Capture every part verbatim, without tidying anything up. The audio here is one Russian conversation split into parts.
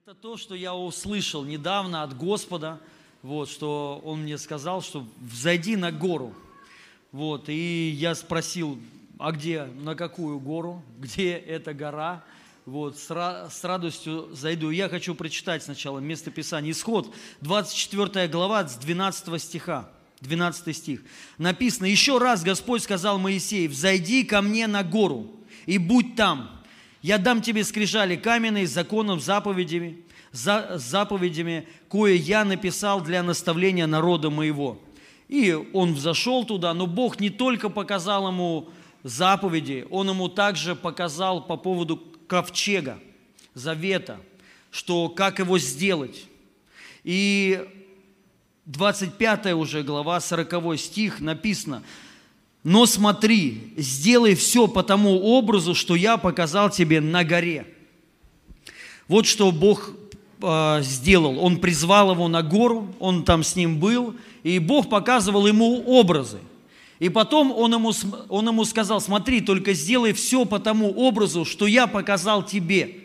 Это то, что я услышал недавно от Господа, вот, что Он мне сказал, что взойди на гору. Вот, и я спросил, а где, на какую гору, где эта гора? Вот, с, ра- с радостью зайду. Я хочу прочитать сначала местописание. Исход, двадцать четвёртая глава, с двенадцатого стиха. двенадцатый стих. Написано: «Еще раз Господь сказал Моисею: взойди ко мне на гору и будь там. Я дам тебе скрижали каменные с законом, заповедями, за, заповедями, кое я написал для наставления народа моего». И он взошел туда, но Бог не только показал ему заповеди, Он ему также показал по поводу ковчега, завета, что как его сделать. И двадцать пятая уже глава, сороковой стих написано: «Но смотри, сделай все по тому образу, что я показал тебе на горе». Вот что Бог э, сделал. Он призвал его на гору, он там с ним был, и Бог показывал ему образы. И потом он ему, он ему сказал: смотри, только сделай все по тому образу, что я показал тебе.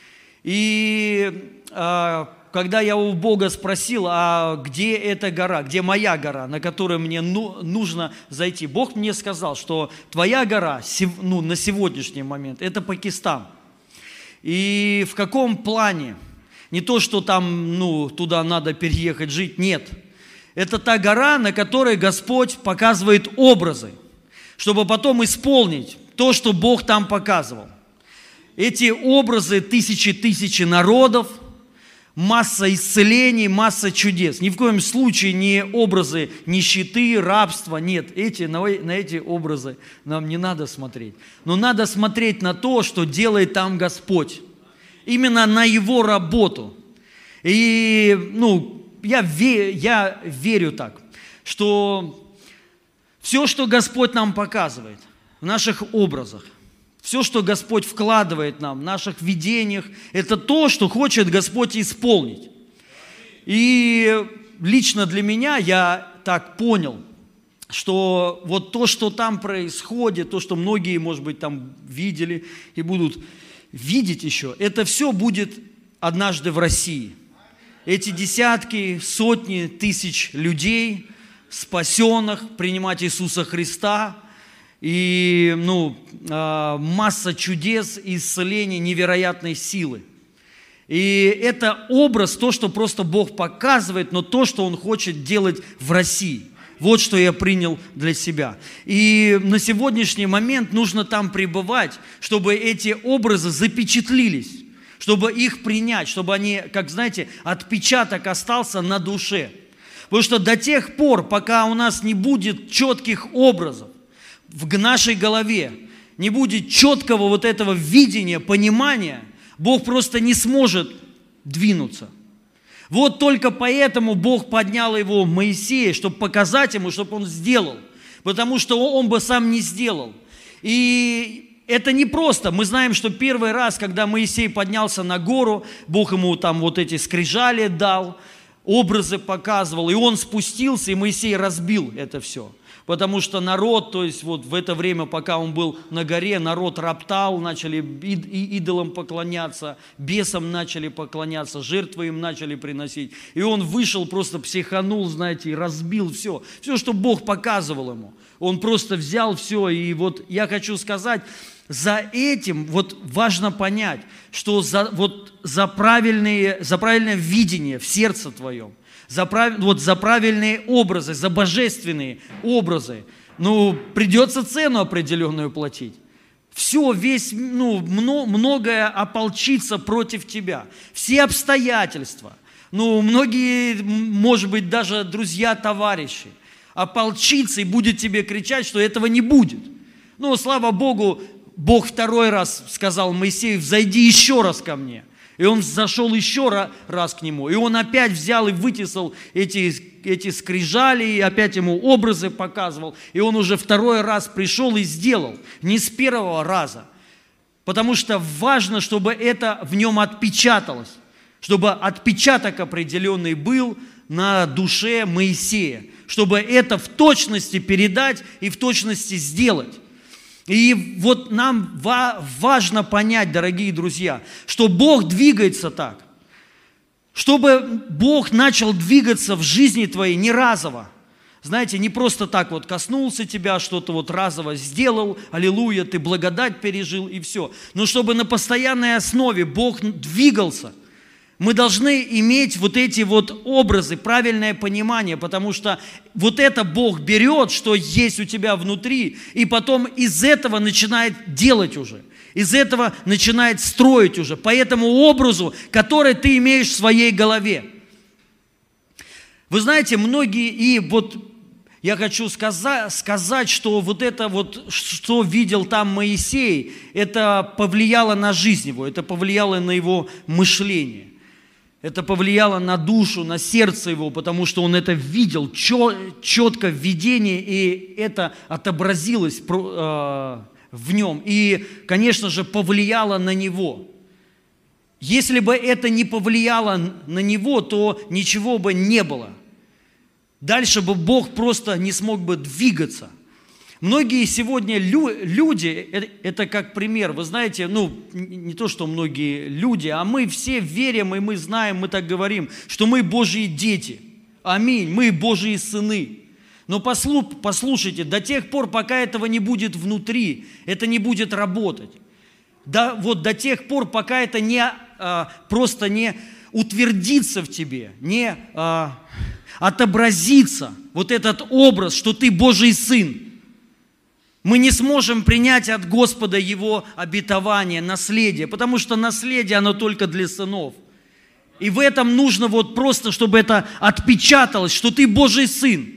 И э, когда я у Бога спросил, а где эта гора, где моя гора, на которую мне ну, нужно зайти, Бог мне сказал, что твоя гора ну, на сегодняшний момент – это Пакистан. И в каком плане? Не то, что там ну, туда надо переехать жить, нет. Это та гора, на которой Господь показывает образы, чтобы потом исполнить то, что Бог там показывал. Эти образы тысячи-тысячи народов, масса исцелений, масса чудес. Ни в коем случае не образы нищеты, рабства. Нет, эти, на, на эти образы нам не надо смотреть. Но надо смотреть на то, что делает там Господь. Именно на Его работу. И ну, я, ве, я верю так, что все, что Господь нам показывает в наших образах, все, что Господь вкладывает нам в наших видениях, это то, что хочет Господь исполнить. И лично для меня я так понял, что вот то, что там происходит, то, что многие, может быть, там видели и будут видеть еще, это все будет однажды в России. Эти десятки, сотни тысяч людей, спасенных, принимать Иисуса Христа, и ну, масса чудес, исцелений, невероятной силы. И это образ, то, что просто Бог показывает, но то, что Он хочет делать в России. Вот что я принял для себя. И на сегодняшний момент нужно там пребывать, чтобы эти образы запечатлились, чтобы их принять, чтобы они, как знаете, отпечаток остался на душе. Потому что до тех пор, пока у нас не будет четких образов, в нашей голове не будет четкого вот этого видения, понимания, Бог просто не сможет двинуться. Вот только поэтому Бог поднял его Моисея, чтобы показать ему, чтобы он сделал. Потому что он бы сам не сделал. И это не просто. Мы знаем, что первый раз, когда Моисей поднялся на гору, Бог ему там вот эти скрижали дал, образы показывал, и он спустился, и Моисей разбил это все. Потому что народ, то есть вот в это время, пока он был на горе, народ роптал, начали идолам поклоняться, бесам начали поклоняться, жертвы им начали приносить. И он вышел, просто психанул, знаете, и разбил все. Все, что Бог показывал ему. Он просто взял все. И вот я хочу сказать, за этим вот важно понять, что за, вот за, правильные, за правильное видение в сердце твоем, За, вот, за правильные образы, за божественные образы, ну, придется цену определенную платить. Все, весь, ну, многое ополчится против тебя. Все обстоятельства, ну, многие, может быть, даже друзья, товарищи, ополчится и будет тебе кричать, что этого не будет. Ну, слава Богу, Бог второй раз сказал Моисею: взойди еще раз ко мне. И он зашел еще раз к нему, и он опять взял и вытесал эти, эти скрижали, и опять ему образы показывал, и он уже второй раз пришел и сделал, не с первого раза, потому что важно, чтобы это в нем отпечаталось, чтобы отпечаток определенный был на душе Моисея, чтобы это в точности передать и в точности сделать. И вот нам важно понять, дорогие друзья, что Бог двигается так. Чтобы Бог начал двигаться в жизни твоей не разово. Знаете, не просто так вот коснулся тебя, что-то вот разово сделал, аллилуйя, ты благодать пережил и все. Но чтобы на постоянной основе Бог двигался, мы должны иметь вот эти вот образы, правильное понимание, потому что вот это Бог берет, что есть у тебя внутри, и потом из этого начинает делать уже. Из этого начинает строить уже, по этому образу, который ты имеешь в своей голове. Вы знаете, многие, и вот я хочу сказать, сказать, что вот это вот, что видел там Моисей, это повлияло на жизнь его, это повлияло на его мышление. Это повлияло на душу, на сердце его, потому что он это видел четко в видении, и это отобразилось в нем. И, конечно же, повлияло на него. Если бы это не повлияло на него, то ничего бы не было. Дальше бы Бог просто не смог бы двигаться. Многие сегодня люди, это как пример, вы знаете, ну, не то, что многие люди, а мы все верим, и мы знаем, мы так говорим, что мы Божьи дети. Аминь, мы Божьи сыны. Но послушайте, до тех пор, пока этого не будет внутри, это не будет работать. Да, вот до тех пор, пока это не, а, просто не утвердится в тебе, не а, отобразится вот этот образ, что ты Божий сын, мы не сможем принять от Господа Его обетование, наследие, потому что наследие, оно только для сынов. И в этом нужно вот просто, чтобы это отпечаталось, что ты Божий сын.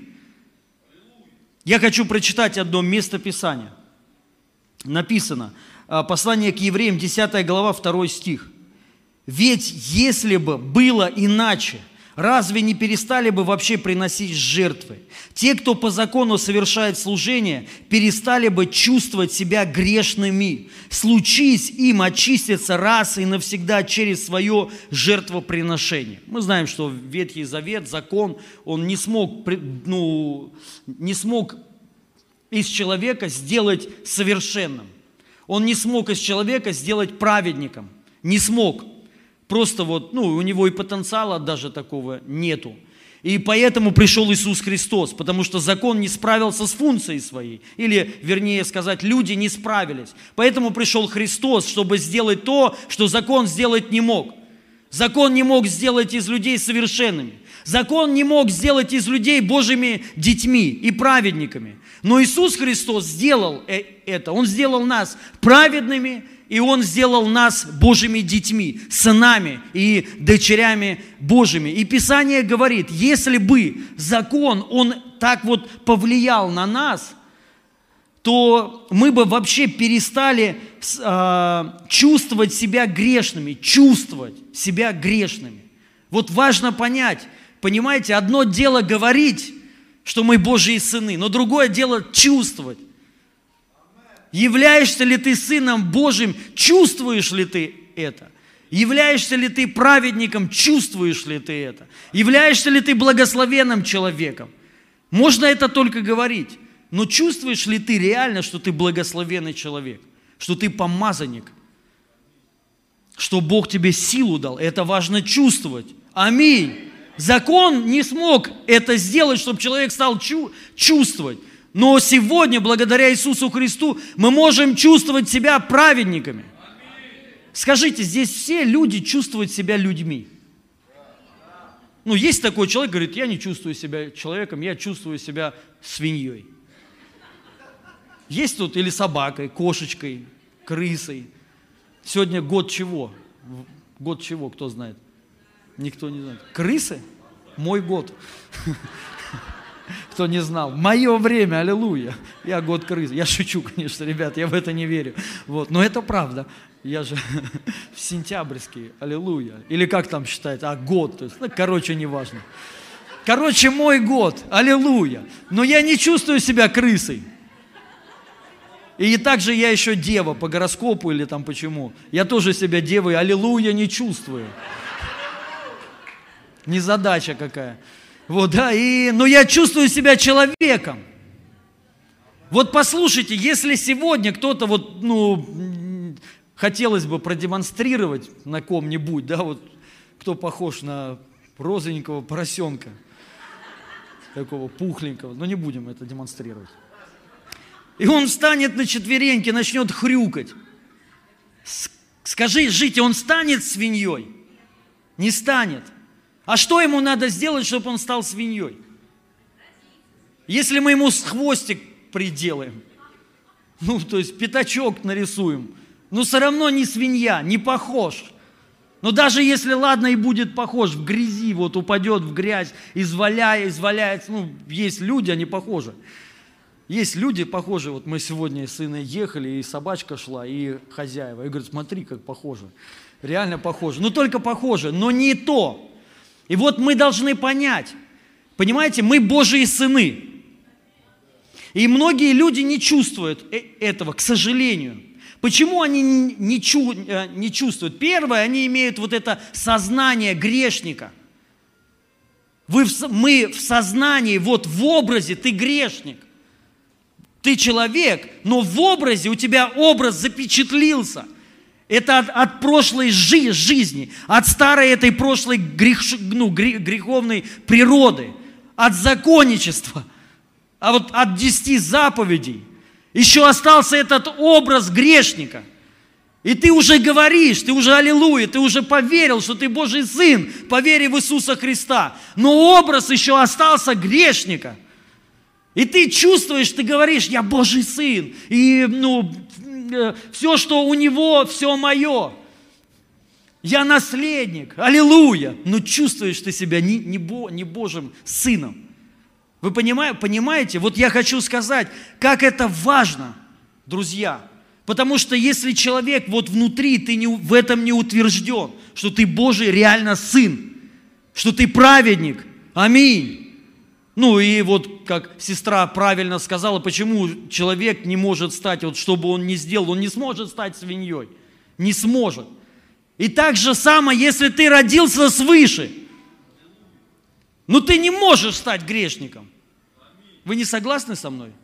Я хочу прочитать одно место Писания. Написано, послание к евреям, десятая глава, второй стих. «Ведь если бы было иначе, разве не перестали бы вообще приносить жертвы? Те, кто по закону совершает служение, перестали бы чувствовать себя грешными. Случись им очиститься раз и навсегда через свое жертвоприношение». Мы знаем, что Ветхий Завет, закон, он не смог, ну, не смог из человека сделать совершенным. Он не смог из человека сделать праведником. Не смог. Просто вот, ну, у него и потенциала даже такого нету. И поэтому пришел Иисус Христос, потому что закон не справился с функцией своей. Или, вернее сказать, люди не справились. Поэтому пришел Христос, чтобы сделать то, что закон сделать не мог. Закон не мог сделать из людей совершенными. Закон не мог сделать из людей Божьими детьми и праведниками. Но Иисус Христос сделал это. Он сделал нас праведными, и Он сделал нас Божьими детьми, сынами и дочерями Божьими. И Писание говорит, если бы закон, он так вот повлиял на нас, то мы бы вообще перестали э, чувствовать себя грешными, чувствовать себя грешными. Вот важно понять, понимаете, одно дело говорить, что мы Божьи сыны, но другое дело чувствовать. Являешься ли ты Сыном Божьим, чувствуешь ли ты это? Являешься ли ты праведником, чувствуешь ли ты это? Являешься ли ты благословенным человеком? Можно это только говорить, но чувствуешь ли ты реально, что ты благословенный человек? Что ты помазанник? Что Бог тебе силу дал? Это важно чувствовать. Аминь. Закон не смог это сделать, чтобы человек стал чу- чувствовать. Но сегодня, благодаря Иисусу Христу, мы можем чувствовать себя праведниками. Скажите, здесь все люди чувствуют себя людьми. Ну, есть такой человек, говорит, я не чувствую себя человеком, я чувствую себя свиньей. Есть тут или собакой, кошечкой, крысой. Сегодня год чего? Год чего, кто знает? Никто не знает. Крысы? Мой год. Кто не знал. Мое время, аллилуйя. Я год крысы. Я шучу, конечно, ребят, я в это не верю. Вот. Но это правда. Я же в сентябрьский, аллилуйя. Или как там считать? А, год. То есть, ну, короче, неважно. Короче, мой год, аллилуйя. Но я не чувствую себя крысой. И также я еще дева по гороскопу или там почему. Я тоже себя девой, аллилуйя, не чувствую. Незадача какая. Вот, да, и, но я чувствую себя человеком. Вот послушайте, если сегодня кто-то вот, ну, хотелось бы продемонстрировать на ком-нибудь, да, вот, кто похож на розовенького поросенка, такого пухленького, но не будем это демонстрировать. И он встанет на четвереньки, начнет хрюкать. Скажи, жить, он станет свиньей? Не станет. А что ему надо сделать, чтобы он стал свиньей? Если мы ему хвостик приделаем, ну, то есть пятачок нарисуем, но все равно не свинья, не похож. Но даже если, ладно, и будет похож, в грязи вот упадет в грязь, изваляя, изваляется, ну, есть люди, они похожи. Есть люди похожи, вот мы сегодня с сыном ехали, и собачка шла, и хозяева. И говорят, смотри, как похоже. Реально похоже. Ну, только похоже, но не то. И вот мы должны понять, понимаете, мы Божьи сыны. И многие люди не чувствуют этого, к сожалению. Почему они не, чу, не чувствуют? Первое, они имеют вот это сознание грешника. Вы в, мы в сознании, вот в образе ты грешник. Ты человек, но в образе у тебя образ запечатлился. Это от, от прошлой жи, жизни, от старой этой прошлой грех, ну, греховной природы, от законничества, а вот от десяти заповедей. Еще остался этот образ грешника. И ты уже говоришь, ты уже аллилуйя, ты уже поверил, что ты Божий сын, по вере в Иисуса Христа. Но образ еще остался грешника. И ты чувствуешь, ты говоришь, я Божий сын, и ну, все, что у него, все мое. Я наследник, аллилуйя. Но чувствуешь ты себя не, не, Бо, не Божьим сыном. Вы понимаете, понимаете? Вот я хочу сказать, как это важно, друзья. Потому что если человек вот внутри, ты не, в этом не утвержден, что ты Божий реально сын, что ты праведник, аминь. Ну и вот, как сестра правильно сказала, почему человек не может стать, вот что бы он ни сделал, он не сможет стать свиньей. Не сможет. И так же самое, если ты родился свыше, но ты не можешь стать грешником. Вы не согласны со мной?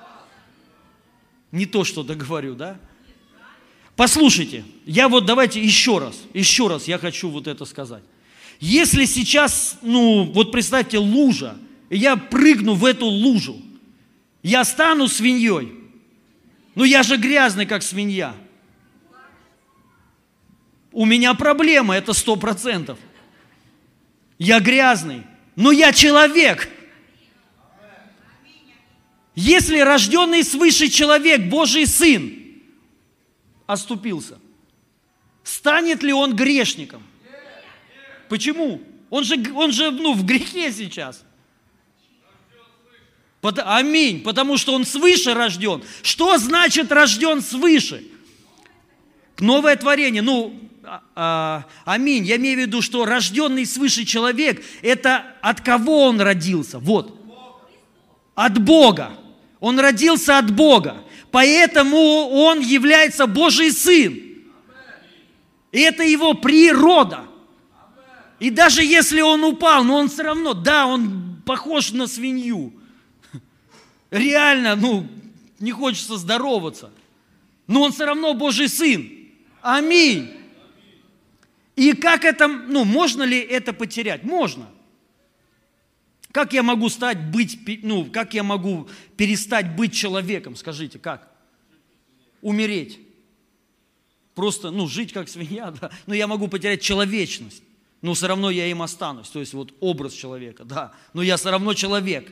Не то, что договорю, да? Послушайте, я вот давайте еще раз, еще раз я хочу вот это сказать. Если сейчас, ну вот представьте, лужа, и я прыгну в эту лужу, я стану свиньей. Ну я же грязный, как свинья. У меня проблема, это сто процентов. Я грязный, но я человек. Если рожденный свыше человек, Божий сын, оступился, станет ли он грешником? Почему? Он же, он же ну, в грехе сейчас. Аминь, потому что он свыше рожден. Что значит рожден свыше? Новое творение, ну, а, а, аминь. Я имею в виду, что рожденный свыше человек, это от кого он родился? Вот. От Бога. Он родился от Бога. Поэтому он является Божий сын. И это его природа. И даже если он упал, но он все равно, да, он похож на свинью. Реально, ну, не хочется здороваться. Но он все равно Божий сын. Аминь. И как это, ну, можно ли это потерять? Можно. Как я могу стать, быть, ну, как я могу перестать быть человеком? Скажите, как? Умереть. Просто, ну, жить как свинья, да. Но я могу потерять человечность. Но все равно я им останусь. То есть вот образ человека, да. Но я все равно человек.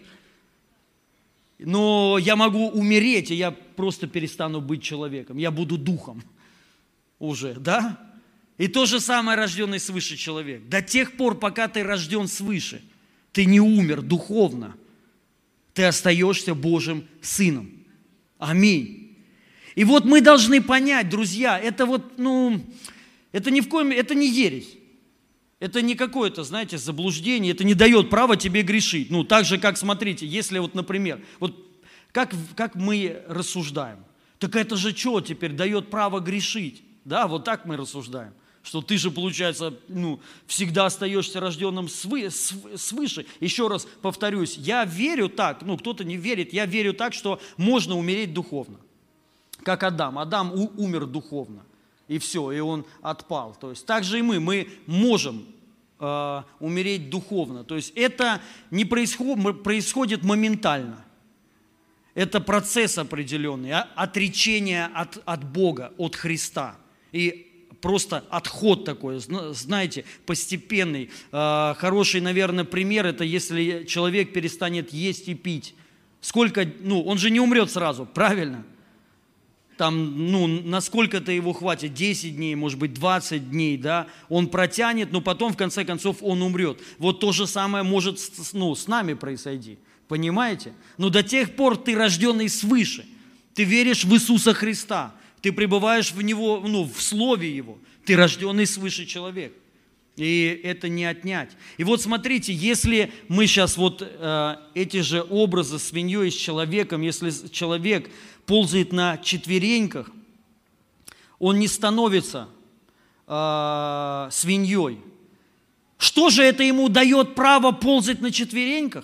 Но я могу умереть, и я просто перестану быть человеком. Я буду духом уже, да? И то же самое рожденный свыше человек. До тех пор, пока ты рожден свыше, ты не умер духовно, ты остаешься Божьим сыном. Аминь. И вот мы должны понять, друзья, это вот, ну, это ни в коем, это не ересь. Это не какое-то, знаете, заблуждение, это не дает права тебе грешить. Ну, так же, как, смотрите, если вот, например, вот как, как мы рассуждаем, так это же что теперь дает право грешить? Да, вот так мы рассуждаем. Что ты же, получается, ну, всегда остаешься рожденным свы, свыше. Еще раз повторюсь, я верю так, ну, кто-то не верит, я верю так, что можно умереть духовно. Как Адам. Адам у, умер духовно. И все, и он отпал. То есть так же и мы, мы можем э, умереть духовно. То есть это не происходит, происходит моментально. Это процесс определенный, отречение от, от Бога, от Христа. И просто отход такой, знаете, постепенный. Хороший, наверное, пример, это если человек перестанет есть и пить. Сколько, ну, он же не умрет сразу, правильно? Там, ну, насколько-то его хватит, десять дней, может быть, двадцать дней, да, он протянет, но потом, в конце концов, он умрет. Вот то же самое может, ну, с нами произойти. Понимаете? Но до тех пор ты рожденный свыше. Ты веришь в Иисуса Христа. Ты пребываешь в Него, ну, в Слове Его. Ты рожденный свыше человек. И это не отнять. И вот смотрите, если мы сейчас вот э, эти же образы свиньей с человеком, если человек ползает на четвереньках, он не становится э, свиньей. Что же это ему дает право ползать на четвереньках?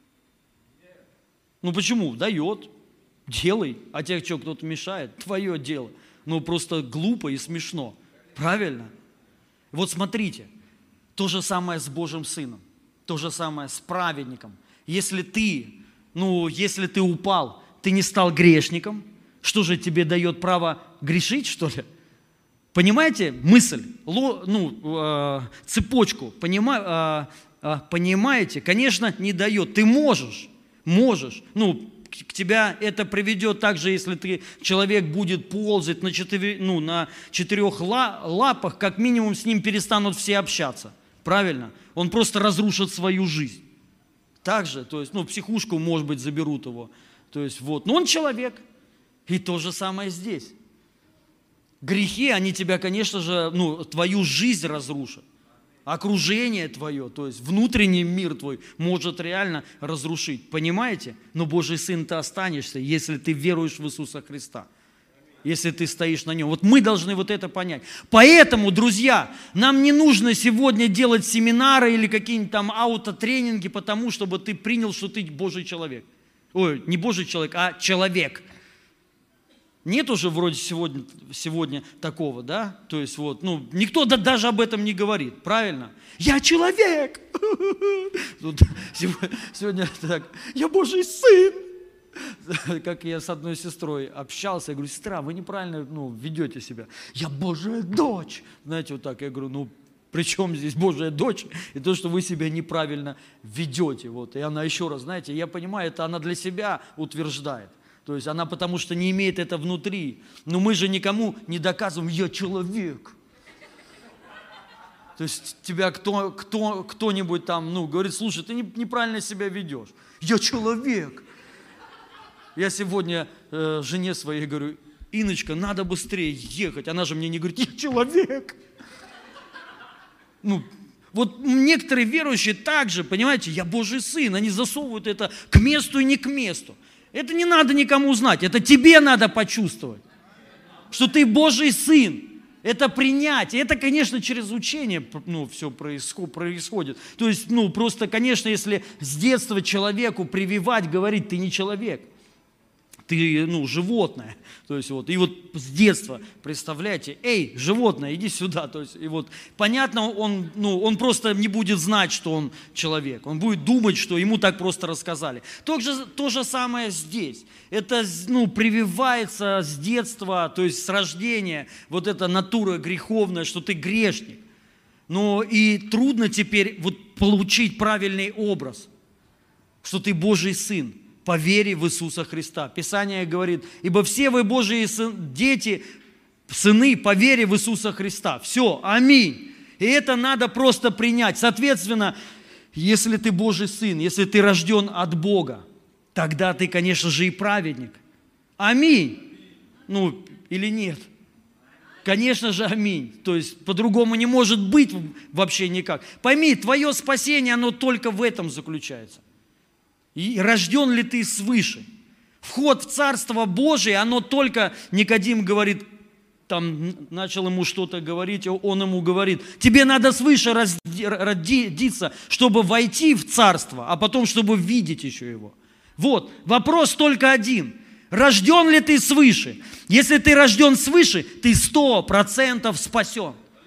Ну почему? Дает. Делай. А тебе что, кто-то мешает? Твое дело. Ну просто глупо и смешно. Правильно? Вот смотрите. То же самое с Божьим Сыном. То же самое с праведником. Если ты, ну, если ты упал, ты не стал грешником, что же тебе дает право грешить, что ли? Понимаете мысль? Ло, ну, э, цепочку. Понима, э, э, понимаете? Конечно, не дает. Ты можешь. Можешь. Ну, к тебя это приведет также, если ты, человек будет ползать на, четыре, ну, на четырех ла, лапах, как минимум с ним перестанут все общаться. Правильно? Он просто разрушит свою жизнь. Так же, то есть, ну, психушку, может быть, заберут его. То есть, вот. Но он человек. И то же самое здесь. Грехи, они тебя, конечно же, ну, твою жизнь разрушат. Окружение твое, то есть внутренний мир твой может реально разрушить. Понимаете? Но Божий Сын ты останешься, если ты веруешь в Иисуса Христа. Если ты стоишь на Нем. Вот мы должны вот это понять. Поэтому, друзья, нам не нужно сегодня делать семинары или какие-нибудь там аутотренинги, потому чтобы ты принял, что ты Божий человек. Ой, не Божий человек, а человек. Нет уже вроде сегодня, сегодня такого, да? То есть вот, ну, никто да, даже об этом не говорит, правильно? Я человек! Сегодня так, я Божий сын! Как я с одной сестрой общался, я говорю, сестра, вы неправильно, ну, ведете себя. Я Божья дочь! Знаете, вот так, я говорю, ну, при чем здесь Божья дочь и то, что вы себя неправильно ведете? Вот. И она еще раз, знаете, я понимаю, это она для себя утверждает. То есть она потому что не имеет это внутри. Но мы же никому не доказываем, я человек. То есть тебя кто, кто, кто-нибудь там, ну, говорит, слушай, ты неправильно себя ведешь. Я человек. Я сегодня э, жене своей говорю, Инночка, надо быстрее ехать. Она же мне не говорит, я человек. Ну, вот некоторые верующие также, понимаете, я Божий сын. Они засовывают это к месту и не к месту. Это не надо никому знать, это тебе надо почувствовать, что ты Божий сын. Это принятие, это, конечно, через учение, ну, все происходит. То есть, ну, просто, конечно, если с детства человеку прививать, говорить, ты не человек, ты, ну, животное. То есть, вот, и вот с детства, представляете, эй, животное, иди сюда. То есть, и вот, понятно, он, ну, он просто не будет знать, что он человек. Он будет думать, что ему так просто рассказали. То же, то же самое здесь. Это, ну, прививается с детства, то есть с рождения, вот эта натура греховная, что ты грешник. Но и трудно теперь вот получить правильный образ, что ты Божий сын. По вере в Иисуса Христа. Писание говорит, ибо все вы Божьи дети, сыны по вере в Иисуса Христа. Все, аминь. И это надо просто принять. Соответственно, если ты Божий сын, если ты рожден от Бога, тогда ты, конечно же, и праведник. Аминь. Ну, или нет? Конечно же, аминь. То есть, по-другому не может быть вообще никак. Пойми, твое спасение, оно только в этом заключается. И рожден ли ты свыше? Вход в Царство Божие, оно только, Никодим говорит, там начал ему что-то говорить, он ему говорит, тебе надо свыше родиться, чтобы войти в Царство, а потом, чтобы видеть еще его. Вот, вопрос только один. Рожден ли ты свыше? Если ты рожден свыше, ты сто процентов спасен.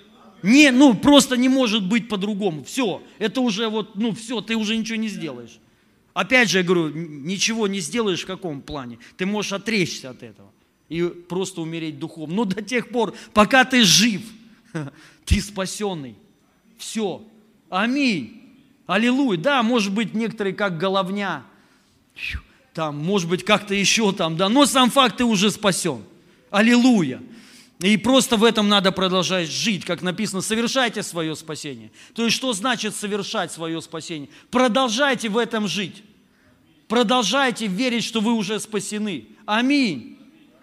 Не, ну, просто не может быть по-другому. Все, это уже вот, ну, все, ты уже ничего не сделаешь. Опять же, я говорю, ничего не сделаешь в каком плане. Ты можешь отречься от этого и просто умереть духовно. Но до тех пор, пока ты жив, ты спасенный. Все. Аминь. Аллилуйя. Да, может быть, некоторые как головня, там, может быть, как-то еще там, да, но сам факт, ты уже спасен. Аллилуйя. И просто в этом надо продолжать жить, как написано, совершайте свое спасение. То есть, что значит совершать свое спасение? Продолжайте в этом жить. Продолжайте верить, что вы уже спасены. Аминь.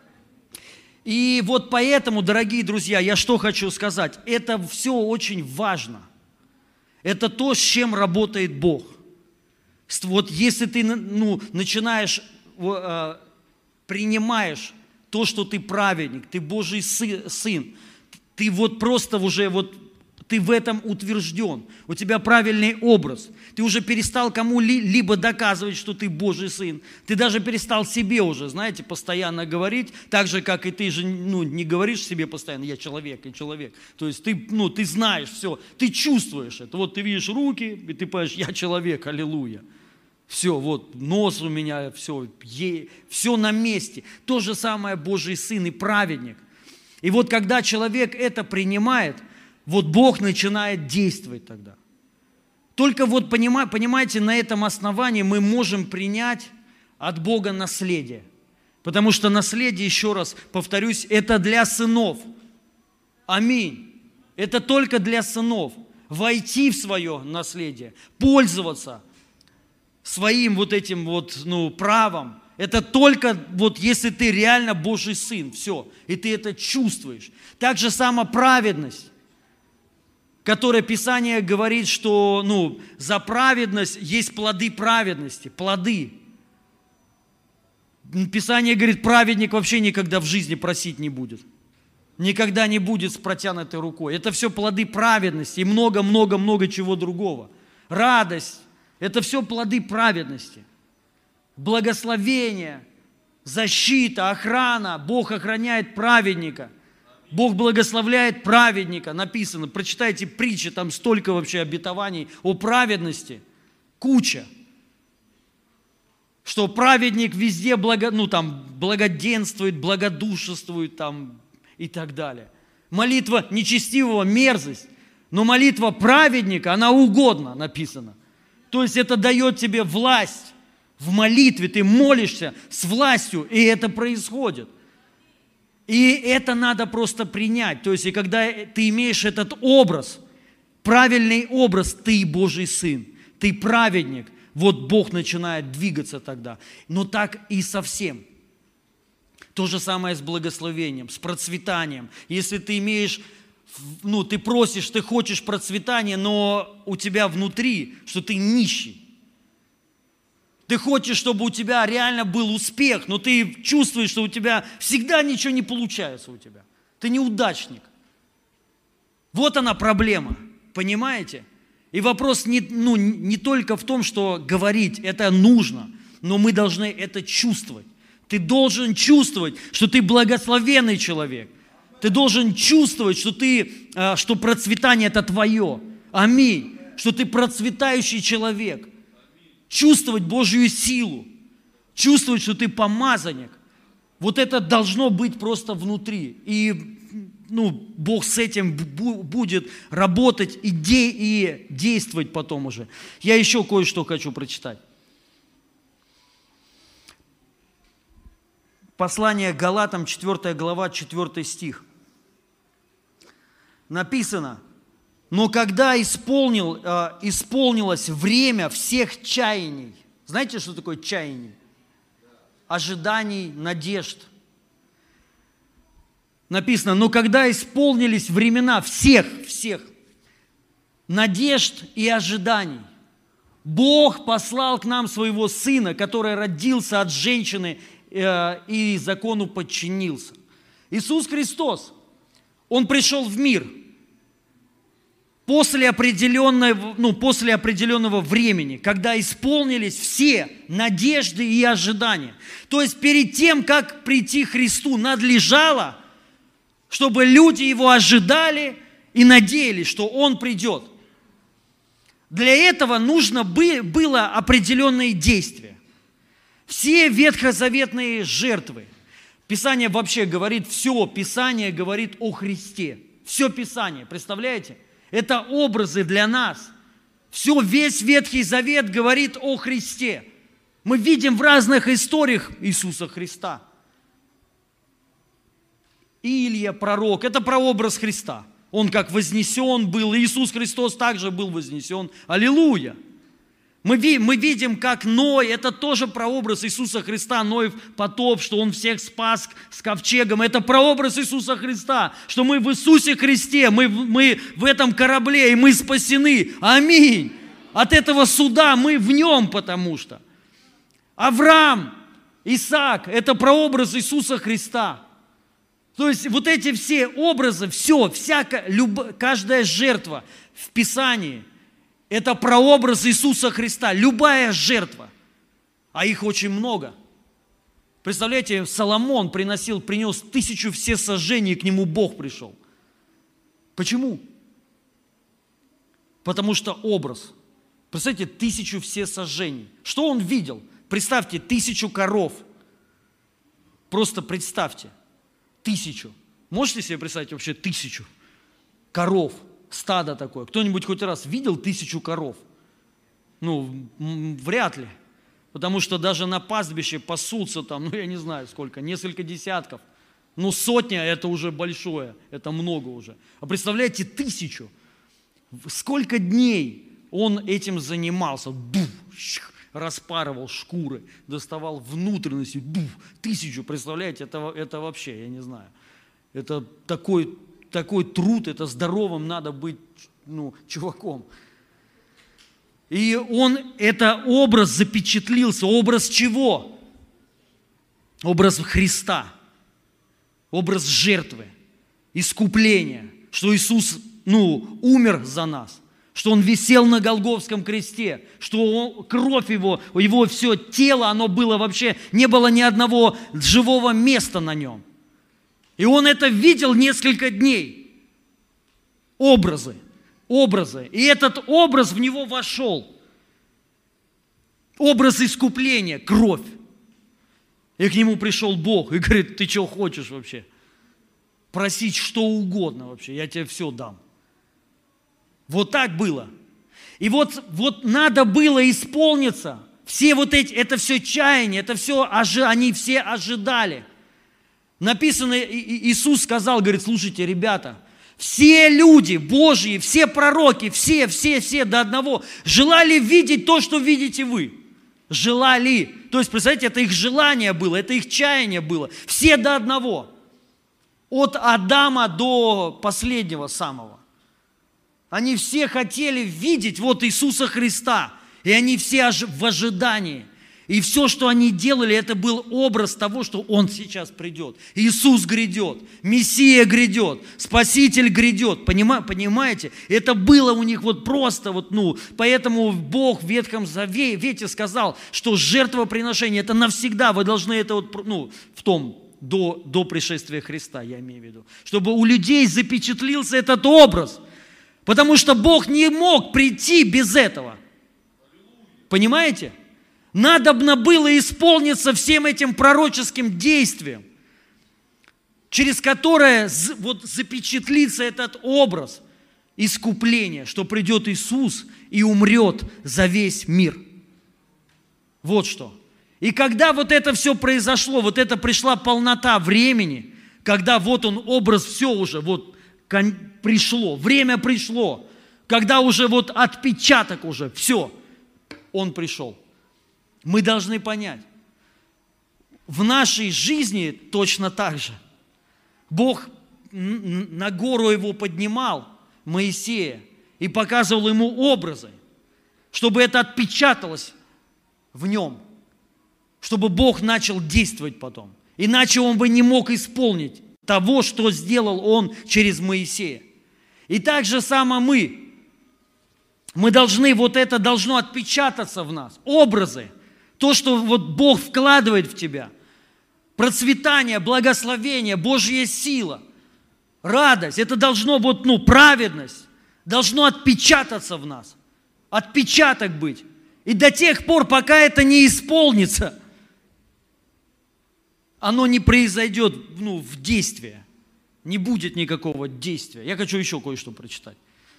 И вот поэтому, дорогие друзья, я что хочу сказать. Это все очень важно. Это то, с чем работает Бог. Вот если ты ну, начинаешь, э, принимаешь то, что ты праведник, ты Божий сын, ты вот просто уже вот, ты в этом утвержден, у тебя правильный образ, ты уже перестал кому-либо доказывать, что ты Божий сын, ты даже перестал себе уже, знаете, постоянно говорить, так же, как и ты же ну, не говоришь себе постоянно, я человек, я человек, то есть ты, ну, ты знаешь все, ты чувствуешь это, вот ты видишь руки, и ты понимаешь, я человек, аллилуйя. Все, вот нос у меня, все, все на месте. То же самое Божий Сын и праведник. И вот когда человек это принимает, вот Бог начинает действовать тогда. Только вот понимаете, на этом основании мы можем принять от Бога наследие. Потому что наследие, еще раз повторюсь, это для сынов. Аминь. Это только для сынов. Войти в свое наследие, пользоваться своим вот этим вот, ну, правом, это только вот если ты реально Божий сын, все, и ты это чувствуешь. Так же само праведность, которая Писание говорит, что, ну, за праведность есть плоды праведности, плоды. Писание говорит, праведник вообще никогда в жизни просить не будет. Никогда не будет с протянутой рукой. Это все плоды праведности и много-много-много чего другого. Радость. Это все плоды праведности, благословение, защита, охрана. Бог охраняет праведника, Бог благословляет праведника. Написано, прочитайте притчи, там столько вообще обетований о праведности, куча. Что праведник везде благо, ну, там, благоденствует, благодушествует там, и так далее. Молитва нечестивого – мерзость, но молитва праведника, она угодна, написано. То есть это дает тебе власть в молитве, ты молишься с властью, и это происходит. И это надо просто принять. То есть и когда ты имеешь этот образ, правильный образ, ты Божий сын, ты праведник, вот Бог начинает двигаться тогда. Но так и со всем. То же самое с благословением, с процветанием. Если ты имеешь... Ну, ты просишь, ты хочешь процветания, но у тебя внутри, что ты нищий. Ты хочешь, чтобы у тебя реально был успех, но ты чувствуешь, что у тебя всегда ничего не получается у тебя. Ты неудачник. Вот она проблема, понимаете? И вопрос не, ну, не только в том, что говорить, это нужно, но мы должны это чувствовать. Ты должен чувствовать, что ты благословенный человек. Ты должен чувствовать, что, ты, что процветание – это твое. Аминь. Что ты процветающий человек. Чувствовать Божью силу. Чувствовать, что ты помазанник. Вот это должно быть просто внутри. И ну, Бог с этим будет работать и, де- и действовать потом уже. Я еще кое-что хочу прочитать. Послание к Галатам, четвёртая глава, четвёртый стих. Написано, но когда исполнил, э, исполнилось время всех чаяний, знаете, что такое чаяние? Ожиданий, надежд. Написано, но когда исполнились времена всех, всех надежд и ожиданий, Бог послал к нам своего Сына, который родился от женщины э, и закону подчинился. Иисус Христос, Он пришел в мир после определенного, ну, после определенного времени, когда исполнились все надежды и ожидания. То есть перед тем, как прийти Христу, надлежало, чтобы люди Его ожидали и надеялись, что Он придет. Для этого нужно было определенные действия. Все ветхозаветные жертвы. Писание вообще говорит, все Писание говорит о Христе. Все Писание, представляете? Это образы для нас. Все, весь Ветхий Завет говорит о Христе. Мы видим в разных историях Иисуса Христа. Илия, пророк, это прообраз Христа. Он как вознесен был, Иисус Христос также был вознесен. Аллилуйя! Мы, ви, мы видим, как Ной, это тоже прообраз Иисуса Христа, Ноев потоп, что Он всех спас с ковчегом. Это прообраз Иисуса Христа, что мы в Иисусе Христе, мы, мы в этом корабле, и мы спасены. Аминь! От этого суда мы в Нем, потому что. Авраам, Исаак, это прообраз Иисуса Христа. То есть вот эти все образы, все, всякая, люб, каждая жертва в Писании, это прообраз Иисуса Христа. Любая жертва, а их очень много. Представляете, Соломон приносил, принес тысячу всесожжений, к нему Бог пришел. Почему? Потому что образ. Представьте, тысячу всесожжений. Что он видел? Представьте, тысячу коров. Просто представьте. Тысячу. Можете себе представить вообще тысячу коров, стадо такое? Кто-нибудь хоть раз видел тысячу коров? Ну, вряд ли. Потому что даже на пастбище пасутся там, ну, я не знаю сколько, несколько десятков. Ну, сотня – это уже большое, это много уже. А представляете, тысячу. Сколько дней он этим занимался? Бух, распарывал шкуры, доставал внутренности, бух, тысячу, представляете, это, это вообще, я не знаю. Это такой, такой труд, это здоровым надо быть, ну, чуваком. И он, это образ запечатлился. Образ чего? Образ Христа. Образ жертвы, искупления, что Иисус, ну, умер за нас, что Он висел на Голгофском кресте, что он, кровь Его, Его все тело, оно было вообще, не было ни одного живого места на Нем. И Он это видел несколько дней. Образы, образы. И этот образ в Него вошел. Образ искупления, кровь. И к Нему пришел Бог и говорит, ты что хочешь вообще? Просить что угодно вообще, я тебе все дам. Вот так было. И вот, вот надо было исполниться. Все вот эти, это все чаяние, это все, они все ожидали. Написано, Иисус сказал, говорит, слушайте, ребята, все люди Божьи, все пророки, все, все, все до одного желали видеть то, что видите вы. Желали. То есть, представляете, это их желание было, это их чаяние было. Все до одного. От Адама до последнего самого. Они все хотели видеть вот Иисуса Христа. И они все в ожидании. И все, что они делали, это был образ того, что Он сейчас придет. Иисус грядет, Мессия грядет, Спаситель грядет. Понимаете? Это было у них вот просто, вот, ну, поэтому Бог в Ветхом Завете сказал, что жертвоприношение – это навсегда. Вы должны это вот, ну, в том, до, до пришествия Христа, я имею в виду. Чтобы у людей запечатлился этот образ. Потому что Бог не мог прийти без этого. Понимаете? Надобно было исполниться всем этим пророческим действием, через которое вот запечатлится этот образ искупления, что придет Иисус и умрет за весь мир. Вот что. И когда вот это все произошло, вот это пришла полнота времени, когда вот он образ, все уже вот пришло, время пришло, когда уже вот отпечаток уже, все, он пришел. Мы должны понять, в нашей жизни точно так же. Бог на гору его поднимал, Моисея, и показывал ему образы, чтобы это отпечаталось в нем, чтобы Бог начал действовать потом. Иначе он бы не мог исполнить того, что сделал он через Моисея. И так же само мы. Мы должны, вот это должно отпечататься в нас. Образы. То, что вот Бог вкладывает в тебя. Процветание, благословение, Божья сила. радость, это должно вот, ну, праведность, должно отпечататься в нас, отпечаток быть. И до тех пор, пока это не исполнится, оно не произойдет, ну, в действие, не будет никакого действия. Я хочу еще кое-что прочитать.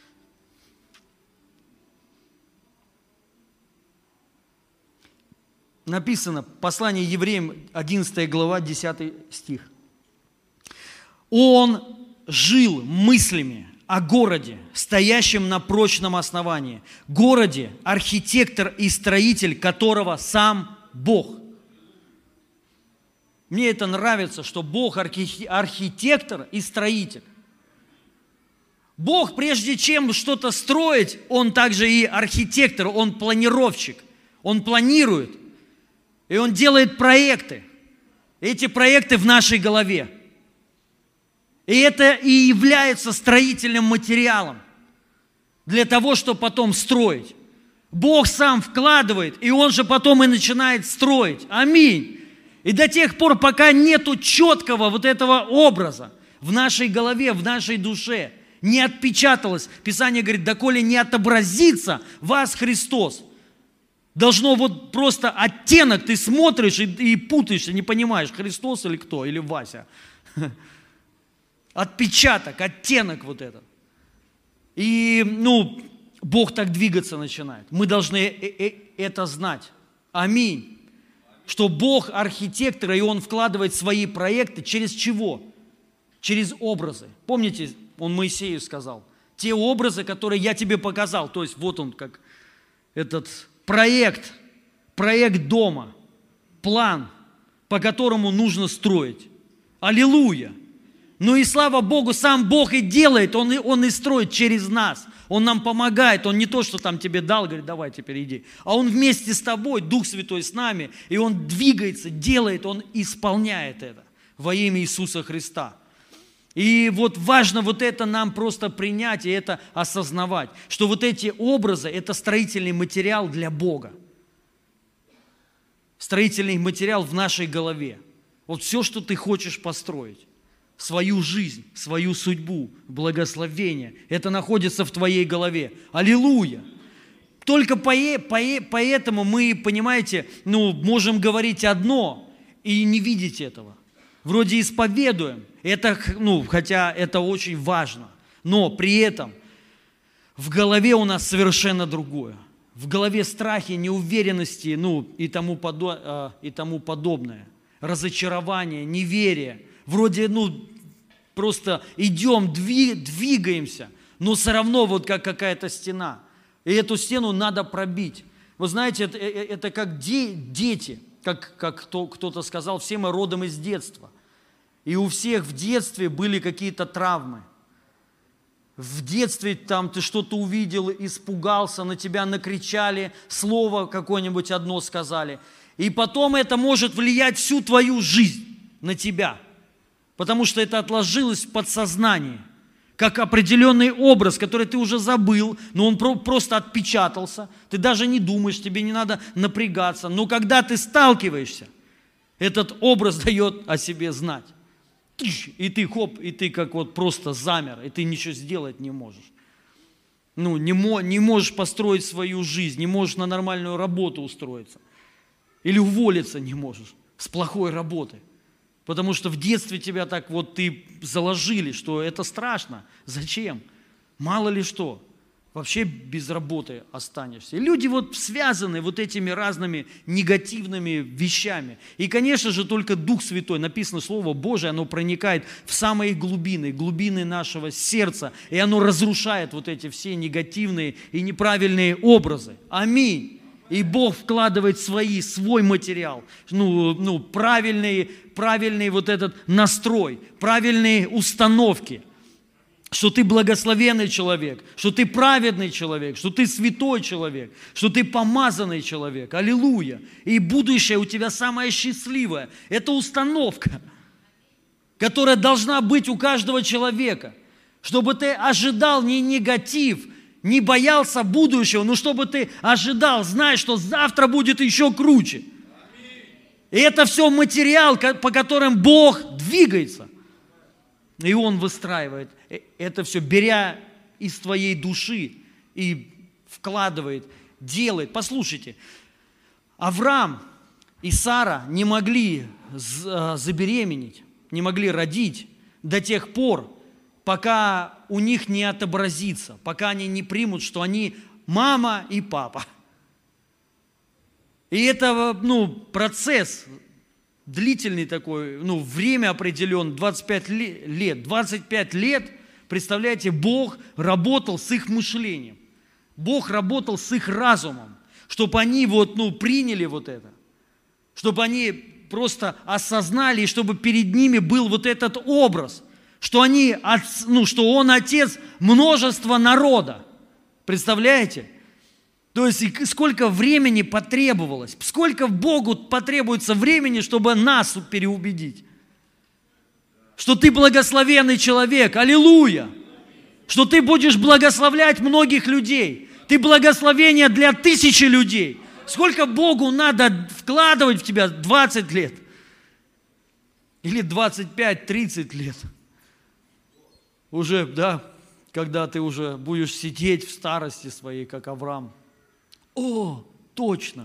Написано, послание евреям, одиннадцатая глава, десятый стих. Он жил мыслями о городе, стоящем на прочном основании, городе, архитектор и строитель которого сам Бог. Мне это нравится, что Бог архитектор и строитель. Бог, прежде чем что-то строить, Он также и архитектор, Он планировщик, Он планирует. И Он делает проекты. Эти проекты в нашей голове. И это и является строительным материалом для того, чтобы потом строить. Бог сам вкладывает, и Он же потом и начинает строить. Аминь. И до тех пор, пока нету четкого вот этого образа в нашей голове, в нашей душе, не отпечаталось, Писание говорит, доколе не отобразится вас Христос. Должно вот просто оттенок, ты смотришь и, и путаешься, не понимаешь, Христос или кто, или Вася. Отпечаток, оттенок вот этот. И, ну, Бог так двигаться начинает. Мы должны это знать. Аминь. Что Бог архитектор, и Он вкладывает свои проекты через чего? Через образы. Помните, Он Моисею сказал, те образы, которые я тебе показал, то есть вот он как этот проект, проект дома, план, по которому нужно строить. Аллилуйя! Ну и слава Богу, сам Бог и делает, Он и, он и строит через нас. Он нам помогает, Он не то, что там тебе дал, говорит, давай теперь иди. А Он вместе с тобой, Дух Святой с нами, и Он двигается, делает, Он исполняет это во имя Иисуса Христа. И вот важно вот это нам просто принять и это осознавать, что вот эти образы – это строительный материал для Бога. Строительный материал в нашей голове. Вот все, что ты хочешь построить, свою жизнь, свою судьбу, благословение, это находится в твоей голове. Аллилуйя! Только поэтому мы, понимаете, ну, можем говорить одно и не видеть этого. Вроде исповедуем, это, ну, хотя это очень важно, но при этом в голове у нас совершенно другое. В голове страхи, неуверенности, ну, и тому, подо, и тому подобное. Разочарование, неверие. Вроде, ну, просто идем, двигаемся, но все равно вот как какая-то стена. И эту стену надо пробить. Вы знаете, это, это как дети, как, как кто, кто-то сказал, все мы родом из детства. И у всех в детстве были какие-то травмы. В детстве там ты что-то увидел, испугался, на тебя накричали, слово какое-нибудь одно сказали. И потом это может влиять всю твою жизнь на тебя, потому что это отложилось в подсознании, как определенный образ, который ты уже забыл, но он просто отпечатался, ты даже не думаешь, тебе не надо напрягаться. Но когда ты сталкиваешься, этот образ дает о себе знать. И ты хоп, и ты как вот просто замер, и ты ничего сделать не можешь. Ну, не, мо, не можешь построить свою жизнь, не можешь на нормальную работу устроиться. Или уволиться не можешь с плохой работы. Потому что в детстве тебя так вот ты заложили, что это страшно. Зачем? Мало ли что. Вообще без работы останешься. И люди вот связаны вот этими разными негативными вещами. И, конечно же, только Дух Святой, написано Слово Божие, оно проникает в самые глубины, глубины нашего сердца, и оно разрушает вот эти все негативные и неправильные образы. Аминь. И Бог вкладывает свои, свой материал, ну, ну, правильный, правильный вот этот настрой, правильные установки. Что ты благословенный человек, что ты праведный человек, что ты святой человек, что ты помазанный человек. Аллилуйя. И будущее у тебя самое счастливое. Это установка, которая должна быть у каждого человека. Чтобы ты ожидал не негатив, не боялся будущего, но чтобы ты ожидал, зная, что завтра будет еще круче. И это все материал, по которым Бог двигается. И Он выстраивает это все, беря из твоей души и вкладывает, делает. Послушайте, Авраам и Сара не могли забеременеть, не могли родить до тех пор, пока у них не отобразится, пока они не примут, что они мама и папа. И это, ну, процесс длительный такой, ну, время определенное, двадцать пять лет. двадцать пять лет, представляете, Бог работал с их мышлением. Бог работал с их разумом, чтобы они вот, ну, приняли вот это, чтобы они просто осознали, и чтобы перед ними был вот этот образ, что они, ну, что Он отец множества народа. Представляете? То есть сколько времени потребовалось, сколько Богу потребуется времени, чтобы нас переубедить, что ты благословенный человек, аллилуйя, что ты будешь благословлять многих людей, ты благословение для тысячи людей. Сколько Богу надо вкладывать в тебя? двадцать лет или двадцать пять тридцать лет. Уже, да, когда ты уже будешь сидеть в старости своей, как Авраам. О, точно.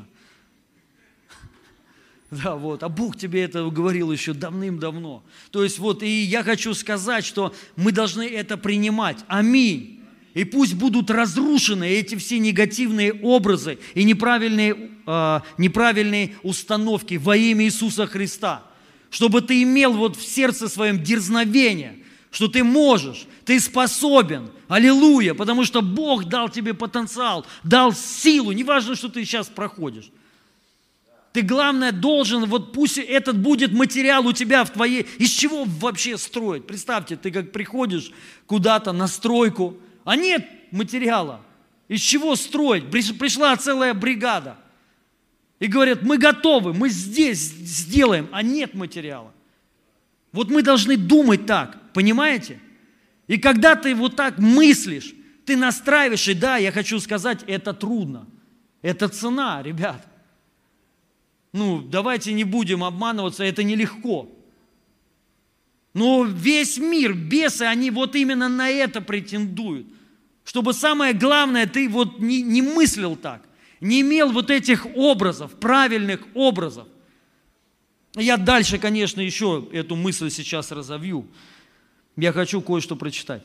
Да, вот, а Бог тебе это говорил еще давным-давно. То есть вот, и я хочу сказать, что мы должны это принимать. Аминь. И пусть будут разрушены эти все негативные образы и неправильные, э, неправильные установки во имя Иисуса Христа. Чтобы ты имел вот в сердце своем дерзновение, что ты можешь, ты способен, аллилуйя, потому что Бог дал тебе потенциал, дал силу, неважно, что ты сейчас проходишь. Ты, главное, должен, вот пусть этот будет материал у тебя в твоей, из чего вообще строить? Представьте, ты как приходишь куда-то на стройку, а нет материала, из чего строить? Пришла целая бригада и говорят, мы готовы, мы здесь сделаем, а нет материала. Вот мы должны думать так, понимаете? И когда ты вот так мыслишь, ты настраиваешь, и да, я хочу сказать, это трудно. Это цена, ребят. Ну, давайте не будем обманываться, это нелегко. Но весь мир, бесы, они вот именно на это претендуют. Чтобы самое главное, ты вот не, не мыслил так, не имел вот этих образов, правильных образов. Я дальше, конечно, еще эту мысль сейчас разовью. Я хочу кое-что прочитать.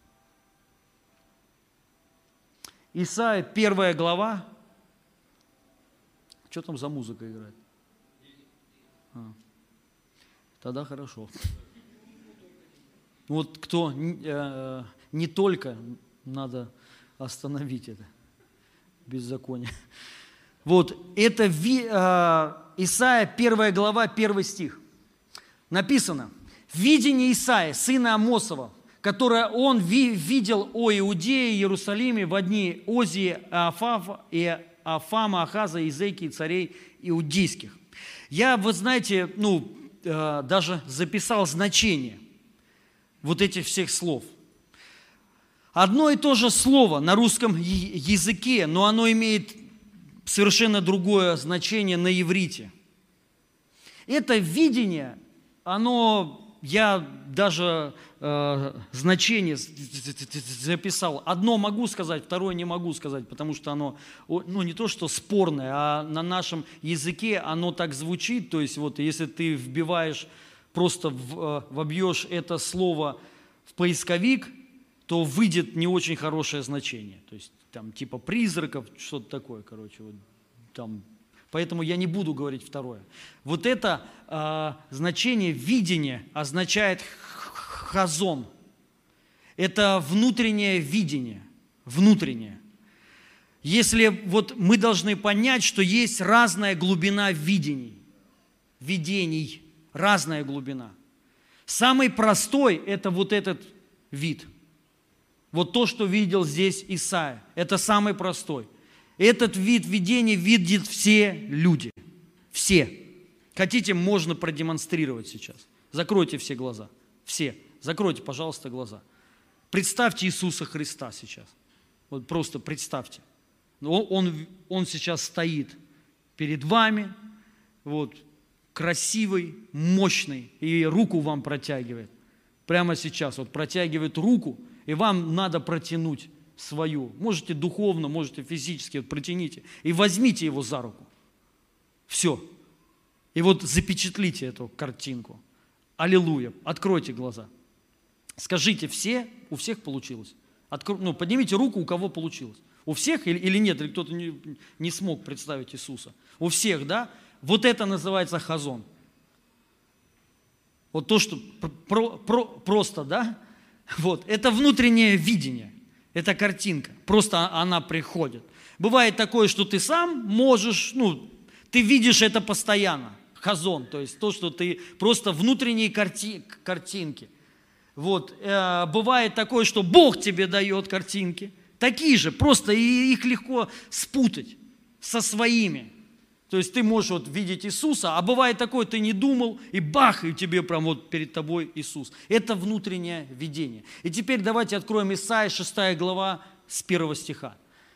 Исайя, первая глава. Что там за музыка играет? А, тогда хорошо. Вот кто э, не только, надо остановить это беззаконие. Вот, это э, Исайя, первая глава, первый стих. Написано, видение Исаии, сына Амосова, которое он ви- видел о Иудее и Иерусалиме в дни Озии, Афафа и Афама, Ахаза, Изекии, царей иудейских. Я, вы знаете, ну, э, даже записал значение вот этих всех слов. Одно и то же слово на русском языке, но оно имеет совершенно другое значение на иврите. Это видение, оно, я даже э, значение записал. Одно могу сказать, второе не могу сказать, потому что оно, ну, не то что спорное, а на нашем языке оно так звучит. То есть вот если ты вбиваешь, просто в, вобьешь это слово в поисковик, то выйдет не очень хорошее значение. То есть там типа призраков, что-то такое, короче, вот там. Поэтому я не буду говорить второе. Вот это э, значение видения означает хазон. Это внутреннее видение, внутреннее. Если вот мы должны понять, что есть разная глубина видений, видений, разная глубина. Самый простой – это вот этот вид. Вот то, что видел здесь Исайя, это самый простой. Этот вид видения видят все люди. Все. Хотите, можно продемонстрировать сейчас. Закройте все глаза. Все. Закройте, пожалуйста, глаза. Представьте Иисуса Христа сейчас. Вот просто представьте. Он, он, он сейчас стоит перед вами, вот, красивый, мощный, и руку вам протягивает. прямо сейчас вот протягивает руку, и вам надо протянуть свою. Можете духовно, можете физически, вот протяните. И возьмите его за руку. Все. И вот запечатлите эту картинку. Аллилуйя. Откройте глаза. Скажите, все, у всех получилось? Откро... Ну, поднимите руку, у кого получилось. У всех или, или нет, или кто-то не, не смог представить Иисуса? У всех, да? Вот это называется хазон. Вот то, что про, про, просто, да? Вот, это внутреннее видение, это картинка, просто она приходит. Бывает такое, что ты сам можешь, ну, ты видишь это постоянно, хазон, то есть то, что ты просто внутренние карти, картинки. Вот, э, бывает такое, что Бог тебе дает картинки, такие же, просто и их легко спутать со своими. То есть ты можешь вот видеть Иисуса, а бывает такое, ты не думал, и бах, и тебе прям вот перед тобой Иисус. Это внутреннее видение. И теперь давайте откроем Исайя, шестая глава, с первого стиха.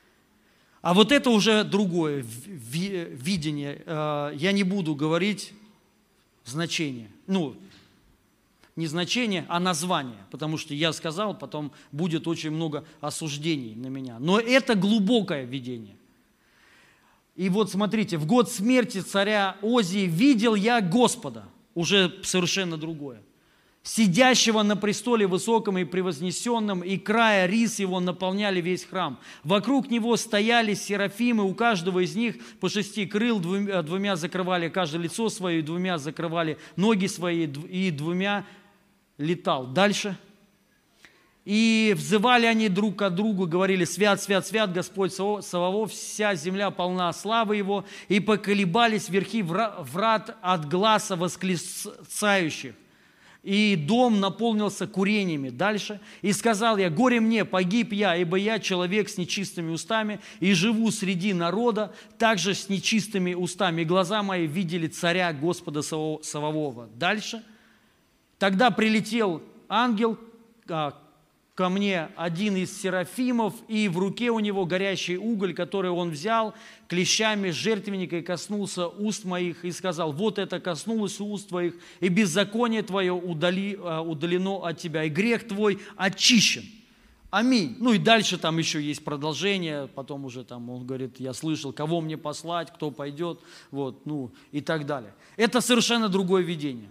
А вот это уже другое видение. Я не буду говорить значение. Ну, не значение, а название. Потому что я сказал, потом будет очень много осуждений на меня. Но это глубокое видение. И вот смотрите, в год смерти царя Озии видел я Господа, уже совершенно другое, сидящего на престоле высоком и превознесенном, и края рис его наполняли весь храм. Вокруг него стояли серафимы, у каждого из них по шести крыл, двумя, двумя закрывали каждое лицо свое, и двумя закрывали ноги свои, и двумя летал. Дальше. И взывали они друг к другу, говорили: свят, свят, свят Господь Саваоф, вся земля полна славы Его, и поколебались верхи врат от гласа восклицающих. И дом наполнился курениями. Дальше. И сказал я: горе мне, погиб я, ибо я человек с нечистыми устами, и живу среди народа, также с нечистыми устами. И глаза мои видели царя Господа Саваофа. Дальше. Тогда прилетел ангел ко мне, один из серафимов, и в руке у него горящий уголь, который он взял клещами жертвенника и коснулся уст моих, и сказал: вот это коснулось уст твоих, и беззаконие твое удали, удалено от тебя, и грех твой очищен. Аминь. Ну и дальше там еще есть продолжение, потом уже там он говорит: я слышал, кого мне послать, кто пойдет, вот, ну и так далее. Это совершенно другое видение.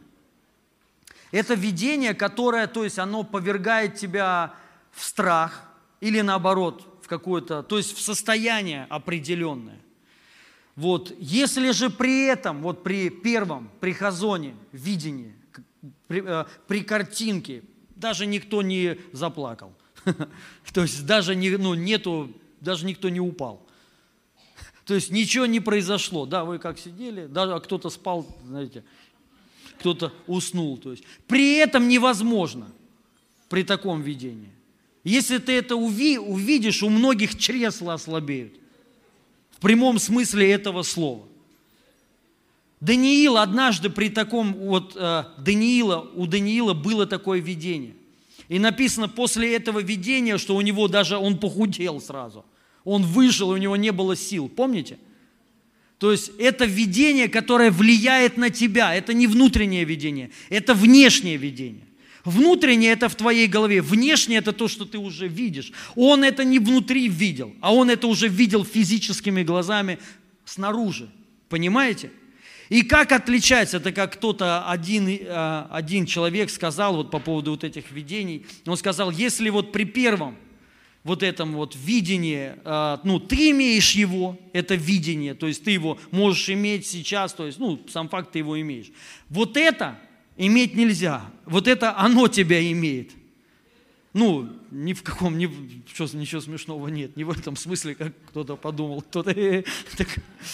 Это видение, которое, то есть оно повергает тебя в страх или наоборот в какое-то, то есть в состояние определенное. Вот. Если же при этом, вот при первом, при хазоне, видении, при, э, при картинке, даже никто не заплакал. То есть даже, не, ну, нету, даже никто не упал. То есть ничего не произошло. Да, вы как сидели, да, кто-то спал, знаете, кто-то уснул. То есть. При этом невозможно, при таком видении. Если ты это уви, увидишь, у многих чресла ослабеют. В прямом смысле этого слова. Даниил однажды при таком, вот э, Даниила, у Даниила было такое видение. И написано после этого видения, что у него даже, он похудел сразу. Он вышел, у него не было сил. Помните? То есть это видение, которое влияет на тебя. Это не внутреннее видение, это внешнее видение. Внутреннее – это в твоей голове, внешнее – это то, что ты уже видишь. Он это не внутри видел, а он это уже видел физическими глазами снаружи. Понимаете? И как отличается, это как кто-то, один, один человек сказал вот по поводу вот этих видений, он сказал: если вот при первом вот этом вот видении, ну, ты имеешь его, это видение, то есть ты его можешь иметь сейчас, то есть, ну, сам факт ты его имеешь. Вот это иметь нельзя, вот это оно тебя имеет. Ну, ни в каком, ни, что, ничего смешного нет, не в этом смысле, как кто-то подумал, кто-то, так,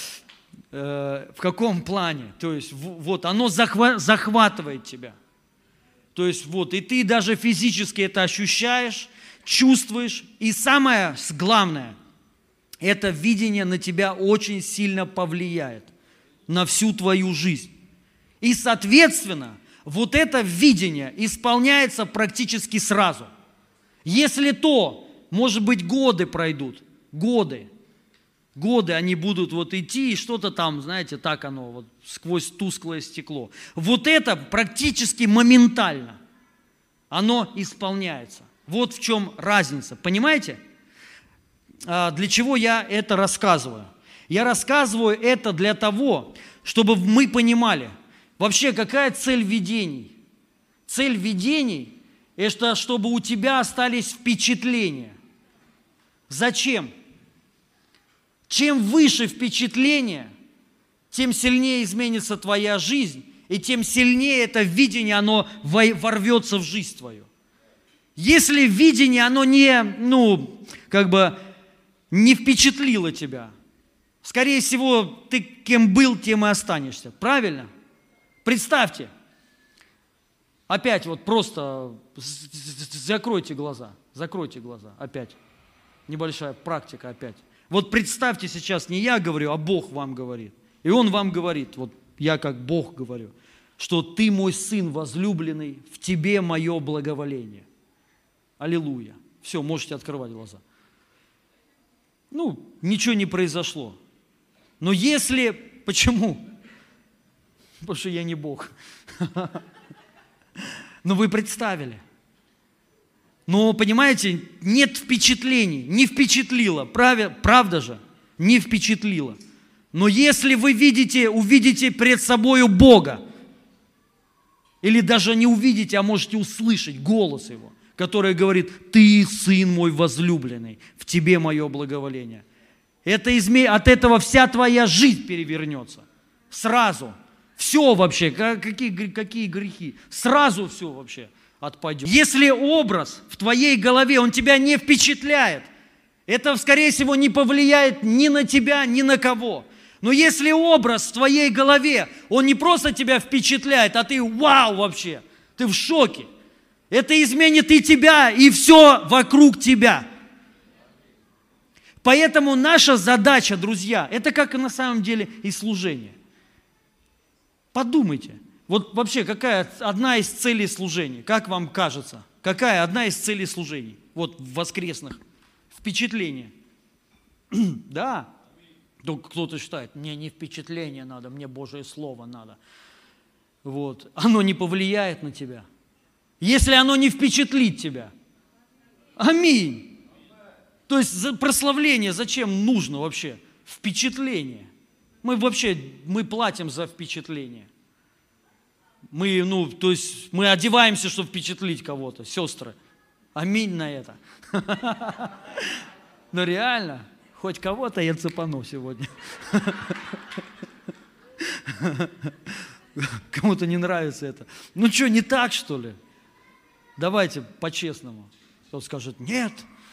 э, в каком плане? То есть, вот, оно захва, захватывает тебя. То есть, вот, и ты даже физически это ощущаешь, чувствуешь, и самое главное, это видение на тебя очень сильно повлияет, на всю твою жизнь. И, соответственно, вот это видение исполняется практически сразу. Если то, может быть, годы пройдут, годы, годы они будут вот идти, и что-то там, знаете, так оно, вот сквозь тусклое стекло. Вот это практически моментально. оно исполняется. Вот в чем разница. Понимаете? Для чего я это рассказываю? Я рассказываю это для того, чтобы мы понимали, вообще какая цель видений. Цель видений – это чтобы у тебя остались впечатления. Зачем? Чем выше впечатление, тем сильнее изменится твоя жизнь, и тем сильнее это видение, оно ворвется в жизнь твою. Если видение, оно не, ну, как бы, не впечатлило тебя, скорее всего, ты кем был, тем и останешься. Правильно? Представьте. Опять вот просто закройте глаза. Закройте глаза. Опять. Небольшая практика опять. Вот представьте сейчас, не я говорю, а Бог вам говорит. И Он вам говорит, вот я как Бог говорю, что ты мой сын возлюбленный, в тебе мое благоволение. Аллилуйя. Все, можете открывать глаза. Ну, ничего не произошло. Но если... Почему? Потому что я не Бог. Но вы представили. Но, понимаете, нет впечатлений, не впечатлило. Правда же? Не впечатлило. Но если вы видите, увидите пред собою Бога, или даже не увидите, а можете услышать голос Его, который говорит: «Ты, Сын мой возлюбленный, в тебе мое благоволение». Это изме... От этого вся твоя жизнь перевернется. Сразу. Все вообще, какие, какие грехи. Сразу все вообще отпадет. Если образ в твоей голове, он тебя не впечатляет, это, скорее всего, не повлияет ни на тебя, ни на кого. Но если образ в твоей голове, он не просто тебя впечатляет, а ты вау вообще, ты в шоке. Это изменит и тебя, и все вокруг тебя. Поэтому наша задача, друзья, это как и на самом деле и служение. Подумайте, вот вообще какая одна из целей служения, как вам кажется, какая одна из целей служений, вот в воскресных, впечатление. Да, кто-то считает, мне не впечатление надо, мне Божие Слово надо. Вот, оно не повлияет на тебя. Если оно не впечатлит тебя. Аминь. То есть прославление зачем нужно вообще? Впечатление. Мы вообще, мы платим за впечатление. Мы, ну, то есть мы одеваемся, чтобы впечатлить кого-то, сестры. Аминь на это. Но реально, хоть кого-то я цепану сегодня. Кому-то не нравится это. Ну что, не так, что ли? Давайте по-честному. Кто скажет нет.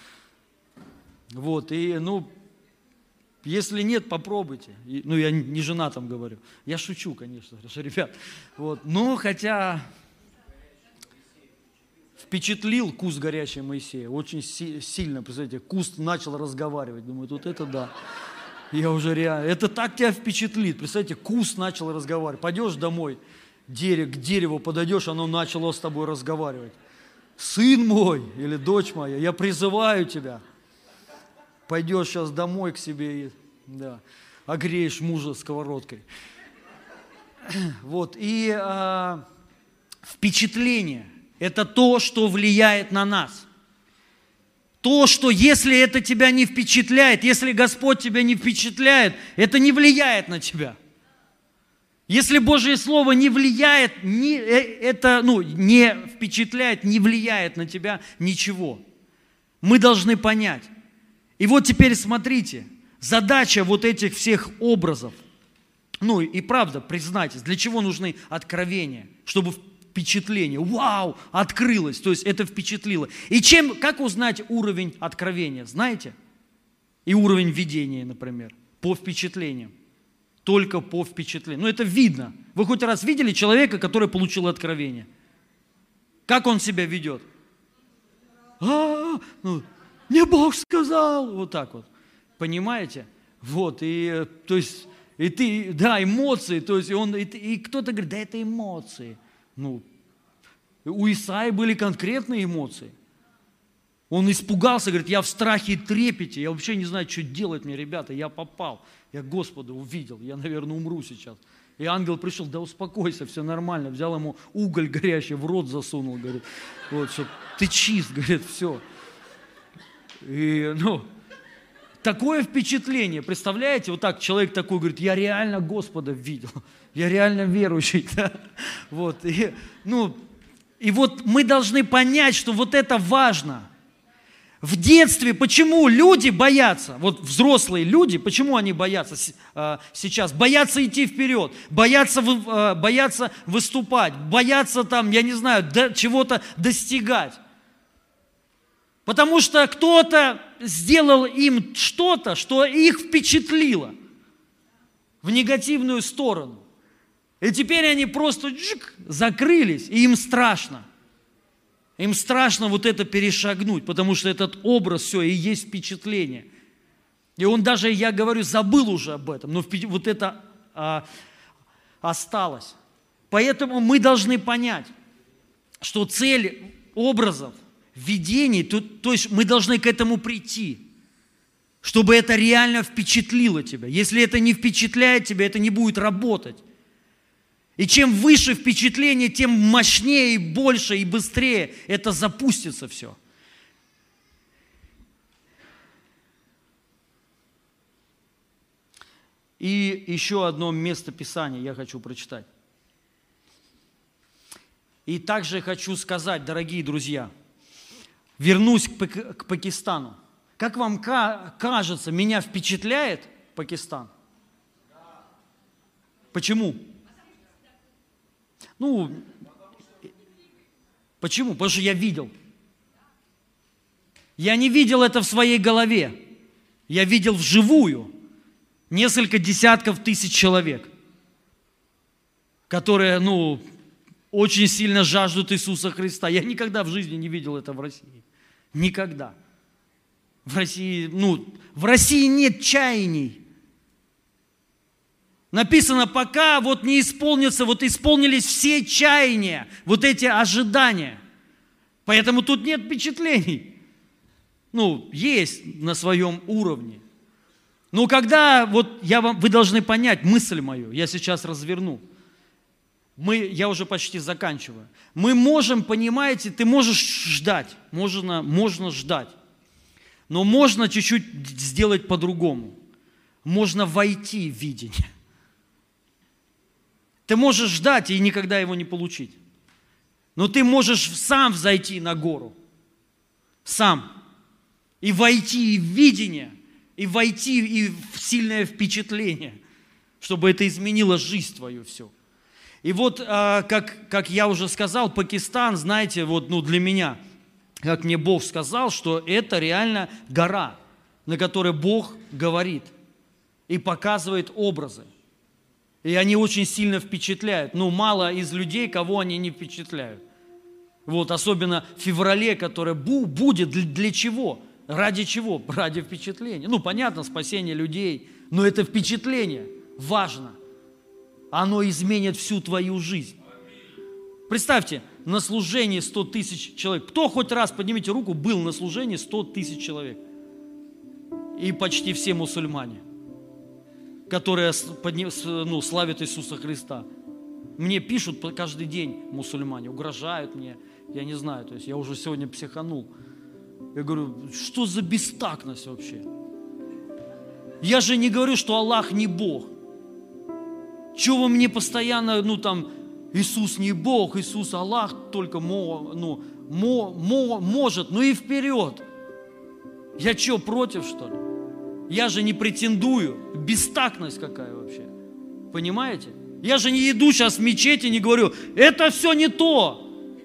Вот, и, ну, если нет, попробуйте. И, ну, я не женатым говорю. Я шучу, конечно, что, ребят. Вот, но хотя впечатлил куст горячий Моисея. Очень си- сильно, представляете, куст начал разговаривать. Думаю, тут это да. Я уже реально... Это так тебя впечатлит. Представляете, куст начал разговаривать. Пойдешь домой, дерево, к дереву подойдешь, оно начало с тобой разговаривать. Сын мой или дочь моя, я призываю тебя. Пойдешь сейчас домой к себе и да, огреешь мужа сковородкой. Вот, и а, впечатление – это то, что влияет на нас. То, что если это тебя не впечатляет, если Господь тебя не впечатляет, это не влияет на тебя. Если Божье Слово не влияет, не, это, ну, не впечатляет, не влияет на тебя ничего. Мы должны понять. И вот теперь смотрите, задача вот этих всех образов, ну и правда, признайтесь, для чего нужны откровения? Чтобы впечатление, вау, открылось, то есть это впечатлило. И чем, как узнать уровень откровения, знаете? И уровень видения, например, по впечатлениям. Только по впечатлению. Ну это видно. Вы хоть раз видели человека, который получил откровение? Как он себя ведет? А, ну, мне Бог сказал, вот так вот, понимаете? Вот, и, то есть, и ты, да, эмоции, то есть, и, он, и, и кто-то говорит, да это эмоции. Ну, у Исаии были конкретные эмоции. Он испугался, говорит, я в страхе и трепете, я вообще не знаю, что делать мне, ребята, я попал, я Господа увидел, я, наверное, умру сейчас. И ангел пришел, да успокойся, все нормально. Взял ему уголь горящий, в рот засунул, говорит, вот, что ты чист, говорит, все. И, ну, такое впечатление, представляете, вот так человек такой говорит, я реально Господа видел, я реально верующий, да? Вот, и, ну, и вот мы должны понять, что вот это важно. В детстве почему люди боятся, вот взрослые люди, почему они боятся сейчас? Боятся идти вперед, боятся, боятся выступать, боятся там, я не знаю, чего-то достигать. Потому что кто-то сделал им что-то, что их впечатлило в негативную сторону. И теперь они просто джик, закрылись, и им страшно. Им страшно вот это перешагнуть, потому что этот образ все и есть впечатление. И он даже, я говорю, забыл уже об этом, но вот это а, осталось. Поэтому мы должны понять, что цель образов, видений, то, то есть мы должны к этому прийти, чтобы это реально впечатлило тебя. Если это не впечатляет тебя, это не будет работать. И чем выше впечатление, тем мощнее и больше и быстрее это запустится все. И еще одно место Писания я хочу прочитать. И также хочу сказать, дорогие друзья, вернусь к, к Пакистану. Как вам кажется, меня впечатляет Пакистан? Почему? Ну, почему? Потому что я видел. Я не видел это в своей голове. Я видел вживую несколько десятков тысяч человек, которые, ну, очень сильно жаждут Иисуса Христа. Я никогда в жизни не видел это в России. Никогда. В России, ну, в России нет чаяний. Написано, пока вот не исполнится, вот исполнились все чаяния, вот эти ожидания. Поэтому тут нет впечатлений. Ну, есть на своем уровне. Но когда, вот я вам, вы должны понять мысль мою, я сейчас разверну. Мы, я уже почти заканчиваю. Мы можем, понимаете, ты можешь ждать, можно, можно ждать. Но можно чуть-чуть сделать по-другому. Можно войти в видение. Ты можешь ждать и никогда его не получить. Но ты можешь сам взойти на гору. Сам. И войти в видение, и войти и в сильное впечатление, чтобы это изменило жизнь твою всю. И вот, как, как я уже сказал, Пакистан, знаете, вот, ну, для меня, как мне Бог сказал, что это реально гора, на которой Бог говорит и показывает образы. И они очень сильно впечатляют. Ну, мало из людей, кого они не впечатляют. Вот, особенно в феврале, которое бу- будет для, для чего? Ради чего? Ради впечатления. Ну, понятно, спасение людей, но это впечатление важно. Оно изменит всю твою жизнь. Представьте, на служении сто тысяч человек. Кто хоть раз, поднимите руку, был на служении сто тысяч человек? И почти все мусульмане, которые, ну, славят Иисуса Христа. Мне пишут каждый день мусульмане, угрожают мне, я не знаю, то есть я уже сегодня психанул. Я говорю, что за бестактность вообще? Я же не говорю, что Аллах не Бог. Чего вы мне постоянно, ну там, Иисус не Бог, Иисус Аллах только мо, ну, мо, мо, может, ну и вперед. Я что, против, что ли? Я же не претендую. Бестактность какая вообще. Понимаете? Я же не иду сейчас в мечеть и не говорю, это все не то.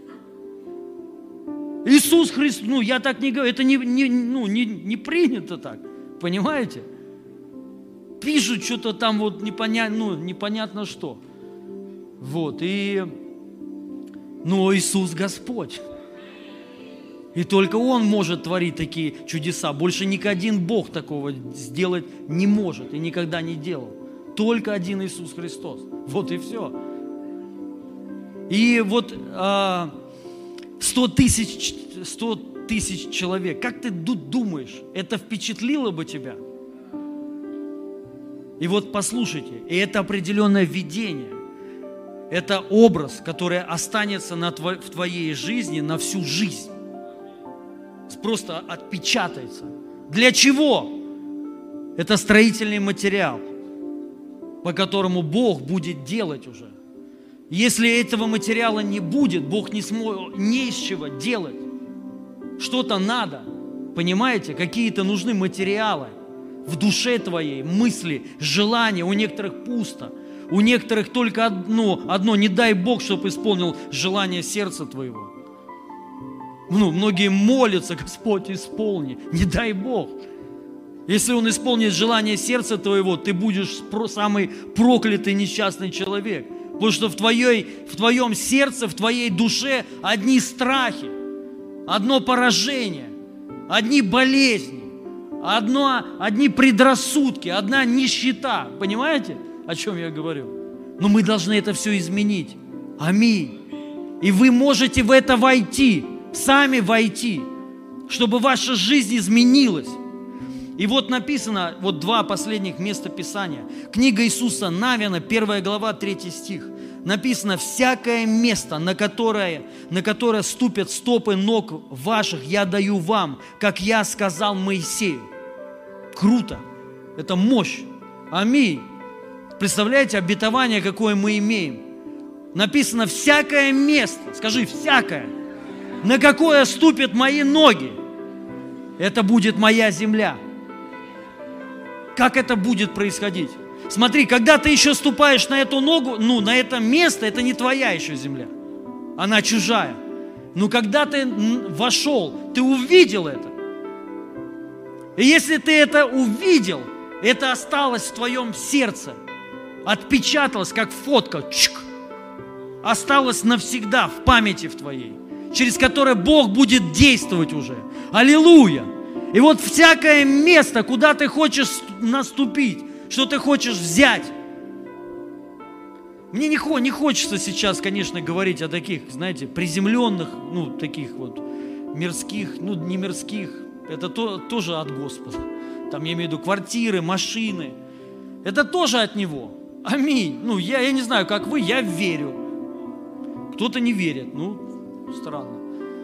Иисус Христос, ну я так не говорю, это не, не, ну, не, не принято так. Понимаете? Пишут что-то там вот непонятно, ну, непонятно что. Вот, и, ну, Иисус Господь. И только Он может творить такие чудеса. Больше ни один Бог такого сделать не может и никогда не делал. Только один Иисус Христос. Вот и все. И вот а, сто тысяч, сто тысяч человек. Как ты думаешь, это впечатлило бы тебя? И вот послушайте, и это определенное видение, это образ, который останется на тво- в твоей жизни на всю жизнь. Просто отпечатается. Для чего? Это строительный материал, по которому Бог будет делать уже. Если этого материала не будет, Бог не сможет, не из чего делать. Что-то надо, понимаете? Какие-то нужны материалы в душе твоей, мысли, желания. У некоторых пусто, у некоторых только одно, одно, не дай Бог, чтобы исполнил желание сердца твоего. Ну, многие молятся, Господь, исполни, не дай Бог. Если Он исполнит желание сердца твоего, ты будешь самый проклятый несчастный человек. Потому что в, твоей, в твоем сердце, в твоей душе одни страхи, одно поражение, одни болезни, одно, одни предрассудки, одна нищета. Понимаете, о чем я говорю? Но мы должны это все изменить. Аминь. И вы можете в это войти, сами войти, чтобы ваша жизнь изменилась. И вот написано, вот два последних места Писания. Книга Иисуса Навина, первая глава, третий стих. Написано: «Всякое место, на которое, на которое ступят стопы ног ваших, я даю вам, как я сказал Моисею». Круто! Это мощь! Аминь! Представляете, обетование, какое мы имеем? Написано: «Всякое место», скажи, «всякое», на какое ступят мои ноги, это будет моя земля. Как это будет происходить? Смотри, когда ты еще ступаешь на эту ногу, ну, на это место, это не твоя еще земля. Она чужая. Но когда ты вошел, ты увидел это. И если ты это увидел, это осталось в твоем сердце, отпечаталось, как фотка, чик, осталось навсегда в памяти в твоей, через которое Бог будет действовать уже. Аллилуйя! И вот всякое место, куда ты хочешь наступить, что ты хочешь взять. Мне не, не хочется сейчас, конечно, говорить о таких, знаете, приземленных, ну, таких вот мирских, ну, не мирских, это то, тоже от Господа. Там, я имею в виду, квартиры, машины. Это тоже от Него. Аминь. Ну, я, я не знаю, как вы, я верю. Кто-то не верит, ну, странно.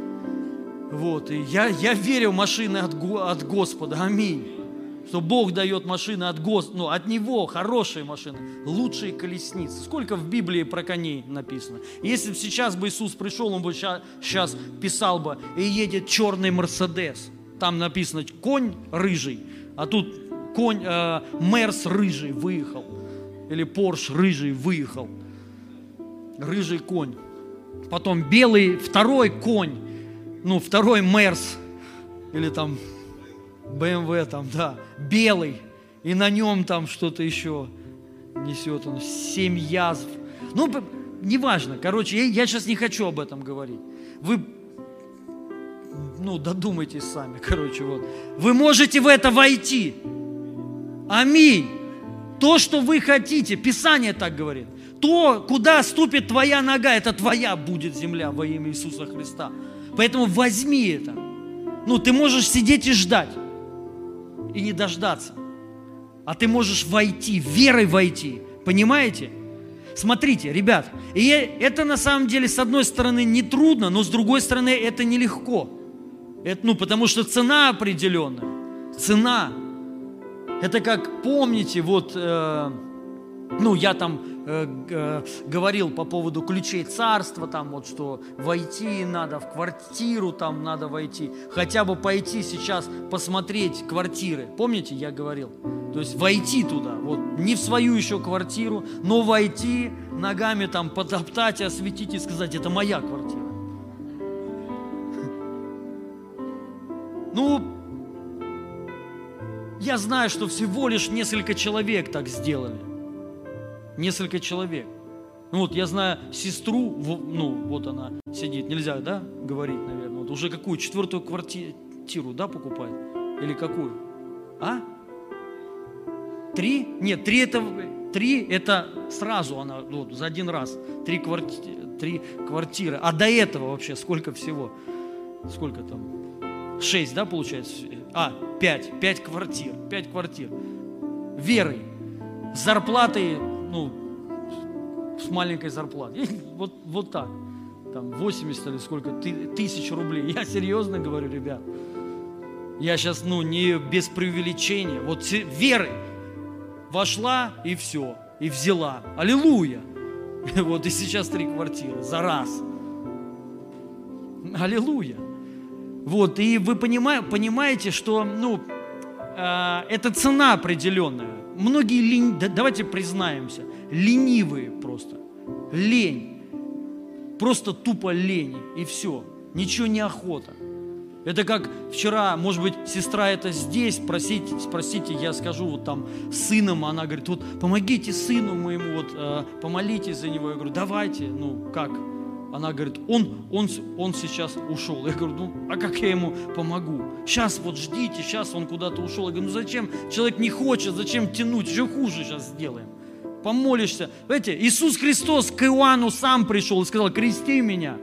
Вот, и я, я верю в машины от, от Господа, аминь. Что Бог дает машины от Господа, ну, от Него, хорошие машины, лучшие колесницы. Сколько в Библии про коней написано. Если бы сейчас бы Иисус пришел, Он бы сейчас, сейчас писал бы: «И едет черный Мерседес». Там написано конь рыжий, а тут конь, э, Мерс рыжий выехал. Или Порш рыжий выехал. Рыжий конь. Потом белый второй конь. Ну, второй Мерс, или там бэ эм вэ, там, да, белый, и на нем там что-то еще несет, он семь язв. Ну, неважно, короче, я, я сейчас не хочу об этом говорить. Вы, ну, додумайтесь сами, короче, вот. Вы можете в это войти. Аминь. То, что вы хотите, Писание так говорит. То, куда ступит твоя нога, это твоя будет земля во имя Иисуса Христа. Поэтому возьми это. Ну, ты можешь сидеть и ждать, и не дождаться. А ты можешь войти, верой войти. Понимаете? Смотрите, ребят, и это на самом деле, с одной стороны, не трудно, но с другой стороны, это нелегко. Это, ну, потому что цена определенная. Цена. Это как, помните, вот, э, ну, я там э, э, говорил по поводу ключей царства, там вот, что войти надо в квартиру, там надо войти, хотя бы пойти сейчас посмотреть квартиры. Помните, я говорил? То есть войти туда, вот, не в свою еще квартиру, но войти, ногами там потоптать, осветить и сказать: это моя квартира. Ну, я знаю, что всего лишь несколько человек так сделали. Несколько человек. Ну вот я знаю сестру, ну вот она сидит, нельзя, да, говорить, наверное. Вот уже какую, четвертую квартиру, да, покупает? Или какую? А? Три? Нет, три это, три это сразу она, вот, за один раз. Три, кварти, три квартиры. А до этого вообще сколько всего? Сколько там? Шесть, да, получается? А, пять. Пять квартир. Пять квартир. Верой. с зарплатой, ну, с маленькой зарплатой. Вот, вот так. Там восемьдесят или сколько, тысяч рублей. Я серьезно говорю, ребят. Я сейчас, ну, не без преувеличения. Вот верой вошла и все, и взяла. Аллилуйя. Вот и сейчас три квартиры за раз. Аллилуйя. Вот, и вы понимаете, что, ну, э, это цена определенная. Многие, лень, да, давайте признаемся, ленивые просто. Лень. Просто тупо лень, и все. Ничего не охота. Это как вчера, может быть, сестра это здесь, просите, спросите, я скажу вот там с сыном, она говорит, вот помогите сыну моему, вот э, помолитесь за него. Я говорю, давайте, ну как? Она говорит, он, он, он сейчас ушел. Я говорю, ну а как я ему помогу? Сейчас вот ждите, сейчас он куда-то ушел. Я говорю, ну зачем? Человек не хочет, зачем тянуть? Еще хуже сейчас сделаем. Помолишься. Знаете, Иисус Христос к Иоанну сам пришел и сказал, крести меня.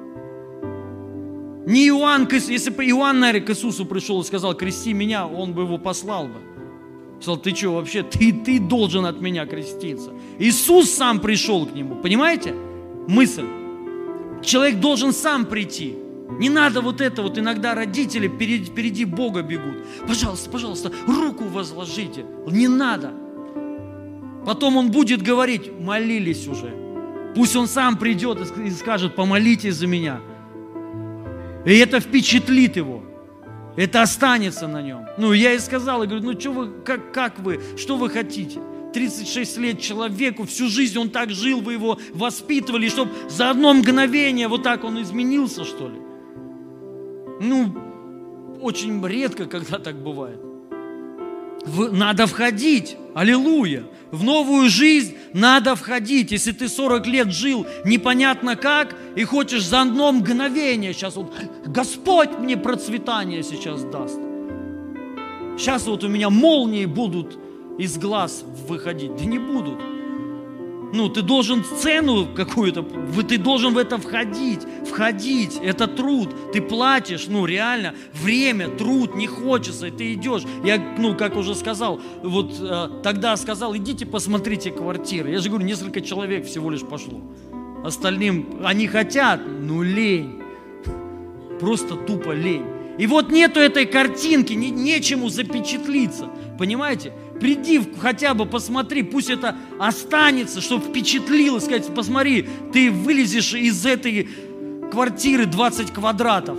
Не Иоанн, если бы Иоанн, наверное, к Иисусу пришел и сказал, крести меня, он бы его послал бы. Сказал, ты что вообще, ты, ты должен от меня креститься. Иисус сам пришел к нему, понимаете? Мысль. Человек должен сам прийти. Не надо вот это вот, иногда родители впереди, впереди Бога бегут. Пожалуйста, пожалуйста, руку возложите. Не надо. Потом он будет говорить, молились уже. Пусть он сам придет и скажет, помолитесь за меня. И это впечатлит его. Это останется на нем. Ну, я и сказал, я говорю, ну, что вы, как, как вы, что вы хотите? тридцать шесть лет человеку, всю жизнь он так жил, вы его воспитывали, чтобы за одно мгновение вот так он изменился, что ли? Ну, очень редко, когда так бывает. В, надо входить, аллилуйя. В новую жизнь надо входить. Если ты сорок лет жил непонятно как и хочешь за одно мгновение, сейчас вот Господь мне процветание сейчас даст. Сейчас вот у меня молнии будут из глаз выходить. Да не будут. Ну, ты должен цену какую-то, ты должен в это входить, входить, это труд, ты платишь, ну, реально, время, труд, не хочется, и ты идешь. Я, ну, как уже сказал, вот э, тогда сказал, идите посмотрите квартиры. Я же говорю, несколько человек всего лишь пошло. Остальным, они хотят, ну, лень, просто тупо лень. И вот нету этой картинки, не, нечему запечатлиться, понимаете? Приди, хотя бы посмотри, пусть это останется, чтобы впечатлило, сказать, посмотри, ты вылезешь из этой квартиры двадцать квадратов,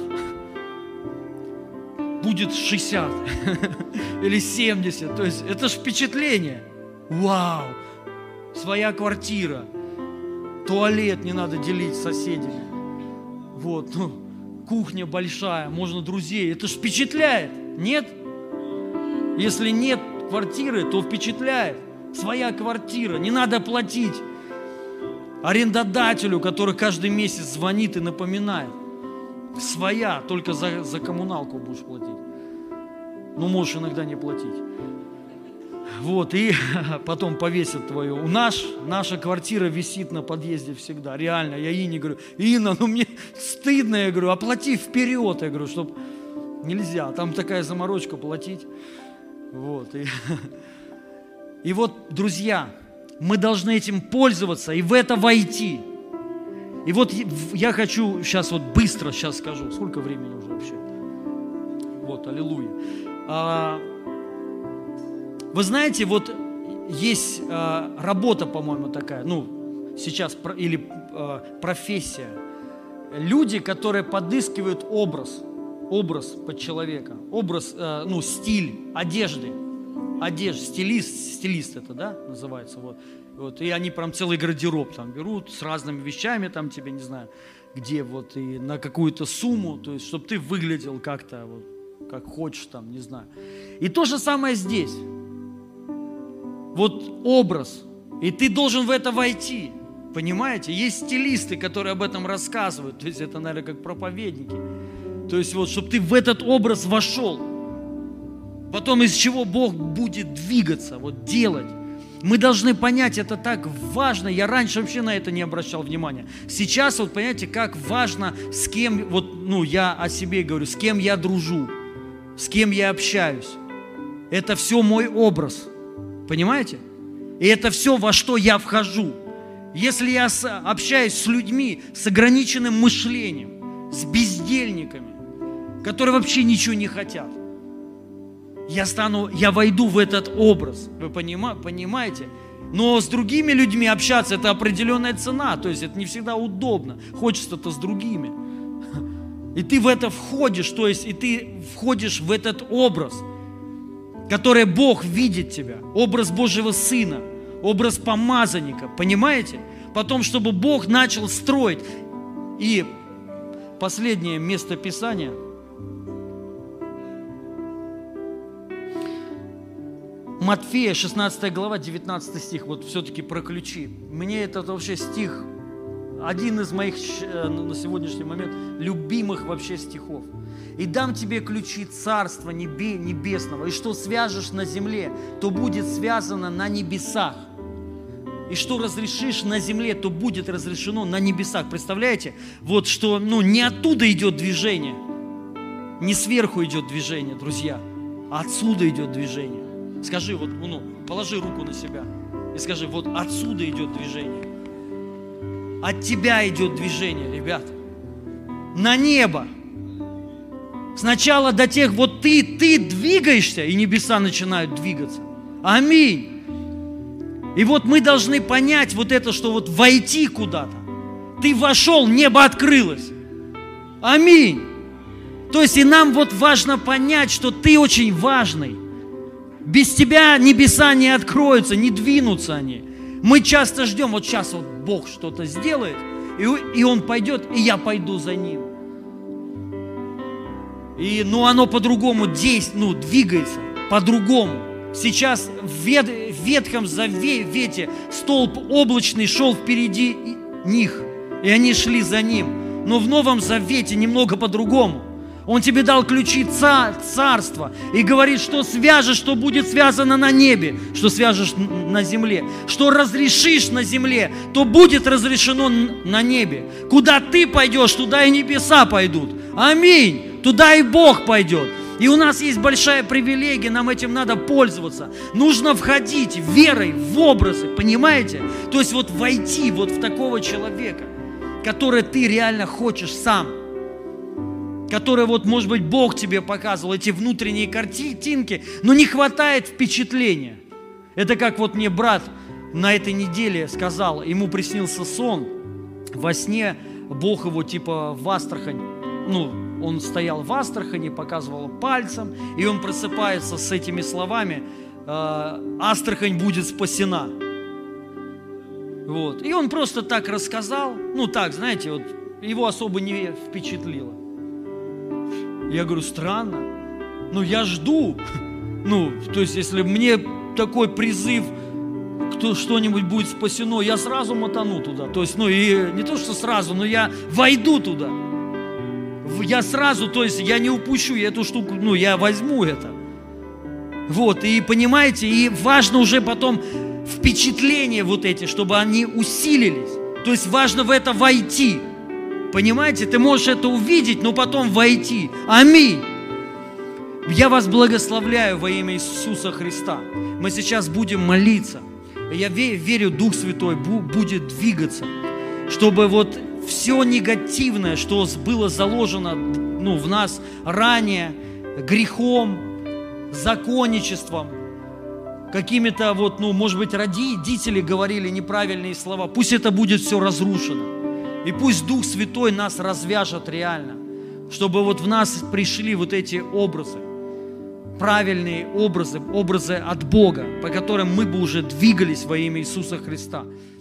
будет шестьдесят или семьдесят, то есть это же впечатление. Вау, своя квартира, туалет не надо делить с соседями, вот, ну, кухня большая, можно друзей, это же впечатляет, нет? Если нет квартиры, то впечатляет. Своя квартира, не надо платить арендодателю, который каждый месяц звонит и напоминает. Своя, только за, за коммуналку будешь платить. Ну, можешь иногда не платить. Вот, и потом повесят твою. У нас, наша квартира висит на подъезде всегда. Реально, я Ине говорю, Инна, ну мне стыдно, я говорю, оплати вперед, я говорю, чтобы нельзя. Там такая заморочка платить. Вот. И, и вот, друзья, мы должны этим пользоваться и в это войти. И вот я хочу сейчас вот быстро сейчас скажу. Сколько времени уже вообще? Вот, аллилуйя. А, вы знаете, вот есть а, работа, по-моему, такая, ну, сейчас, или а, профессия. Люди, которые подыскивают образ. Образ под человека, образ, э, ну, стиль одежды, одежда, стилист, стилист это, да, называется, вот, вот, и они прям целый гардероб там берут с разными вещами, там тебе, не знаю, где вот, и на какую-то сумму, то есть, чтобы ты выглядел как-то, вот, как хочешь там, не знаю. И то же самое здесь, вот образ, и ты должен в это войти, понимаете, есть стилисты, которые об этом рассказывают, то есть, это, наверное, как проповедники. То есть вот, чтобы ты в этот образ вошел. Потом из чего Бог будет двигаться, вот делать. Мы должны понять, это так важно. Я раньше вообще на это не обращал внимания. Сейчас вот понимаете, как важно, с кем, вот, ну, я о себе говорю, с кем я дружу, с кем я общаюсь. Это все мой образ. Понимаете? И это все, во что я вхожу. Если я общаюсь с людьми с ограниченным мышлением, с бездельниками, которые вообще ничего не хотят, я стану, я войду в этот образ. Вы понимаете? Но с другими людьми общаться – это определенная цена. То есть это не всегда удобно. Хочется-то с другими. И ты в это входишь, то есть и ты входишь в этот образ, который Бог видит тебя. Образ Божьего Сына, образ помазанника. Понимаете? Потом, чтобы Бог начал строить. И последнее место Писания – Матфея, шестнадцатая глава, девятнадцатый стих, вот все-таки про ключи. Мне этот вообще стих, один из моих на сегодняшний момент любимых вообще стихов. «И дам тебе ключи Царства Небесного, и что свяжешь на земле, то будет связано на небесах. И что разрешишь на земле, то будет разрешено на небесах». Представляете? Вот что, ну, не оттуда идет движение, не сверху идет движение, друзья, а отсюда идет движение. Скажи, вот, ну, положи руку на себя и скажи, вот отсюда идет движение. От тебя идет движение, ребят. На небо. Сначала до тех, вот ты, ты двигаешься, и небеса начинают двигаться. Аминь. И вот мы должны понять вот это, что вот войти куда-то. Ты вошел, небо открылось. Аминь. То есть и нам вот важно понять, что ты очень важный. Без тебя небеса не откроются, не двинутся они. Мы часто ждем, вот сейчас вот Бог что-то сделает, и, и Он пойдет, и я пойду за Ним. И, ну, оно по-другому действует, ну, двигается, по-другому. Сейчас в, вет, в Ветхом Завете столб облачный шел впереди них, и они шли за Ним. Но в Новом Завете немного по-другому. Он тебе дал ключи цар, царства и говорит, что свяжешь, что будет связано на небе, что свяжешь на земле. Что разрешишь на земле, то будет разрешено на небе. Куда ты пойдешь, туда и небеса пойдут. Аминь. Туда и Бог пойдет. И у нас есть большая привилегия, нам этим надо пользоваться. Нужно входить верой в образы, понимаете? То есть вот войти вот в такого человека, который ты реально хочешь сам. Который вот, может быть, Бог тебе показывал, эти внутренние картинки, но не хватает впечатления. Это как вот мне брат на этой неделе сказал, ему приснился сон, во сне Бог его типа в Астрахань, ну, он стоял в Астрахани, показывал пальцем, и он просыпается с этими словами: «Астрахань будет спасена». Вот. И он просто так рассказал, ну так, знаете, вот его особо не впечатлило. Я говорю, странно, ну я жду, ну, то есть если мне такой призыв, кто что-нибудь будет спасено, я сразу мотану туда, то есть, ну и не то, что сразу, но я войду туда, я сразу, то есть я не упущу я эту штуку, ну я возьму это, вот, и понимаете, и важно уже потом впечатления вот эти, чтобы они усилились, то есть важно в это войти. Понимаете, ты можешь это увидеть, но потом войти. Аминь. Я вас благословляю во имя Иисуса Христа. Мы сейчас будем молиться. Я верю, Дух Святой будет двигаться, чтобы вот все негативное, что было заложено, ну, в нас ранее, грехом, законничеством, какими-то вот, ну, может быть, родители говорили неправильные слова, пусть это будет все разрушено. И пусть Дух Святой нас развяжет реально, чтобы вот в нас пришли вот эти образы, правильные образы, образы от Бога, по которым мы бы уже двигались во имя Иисуса Христа.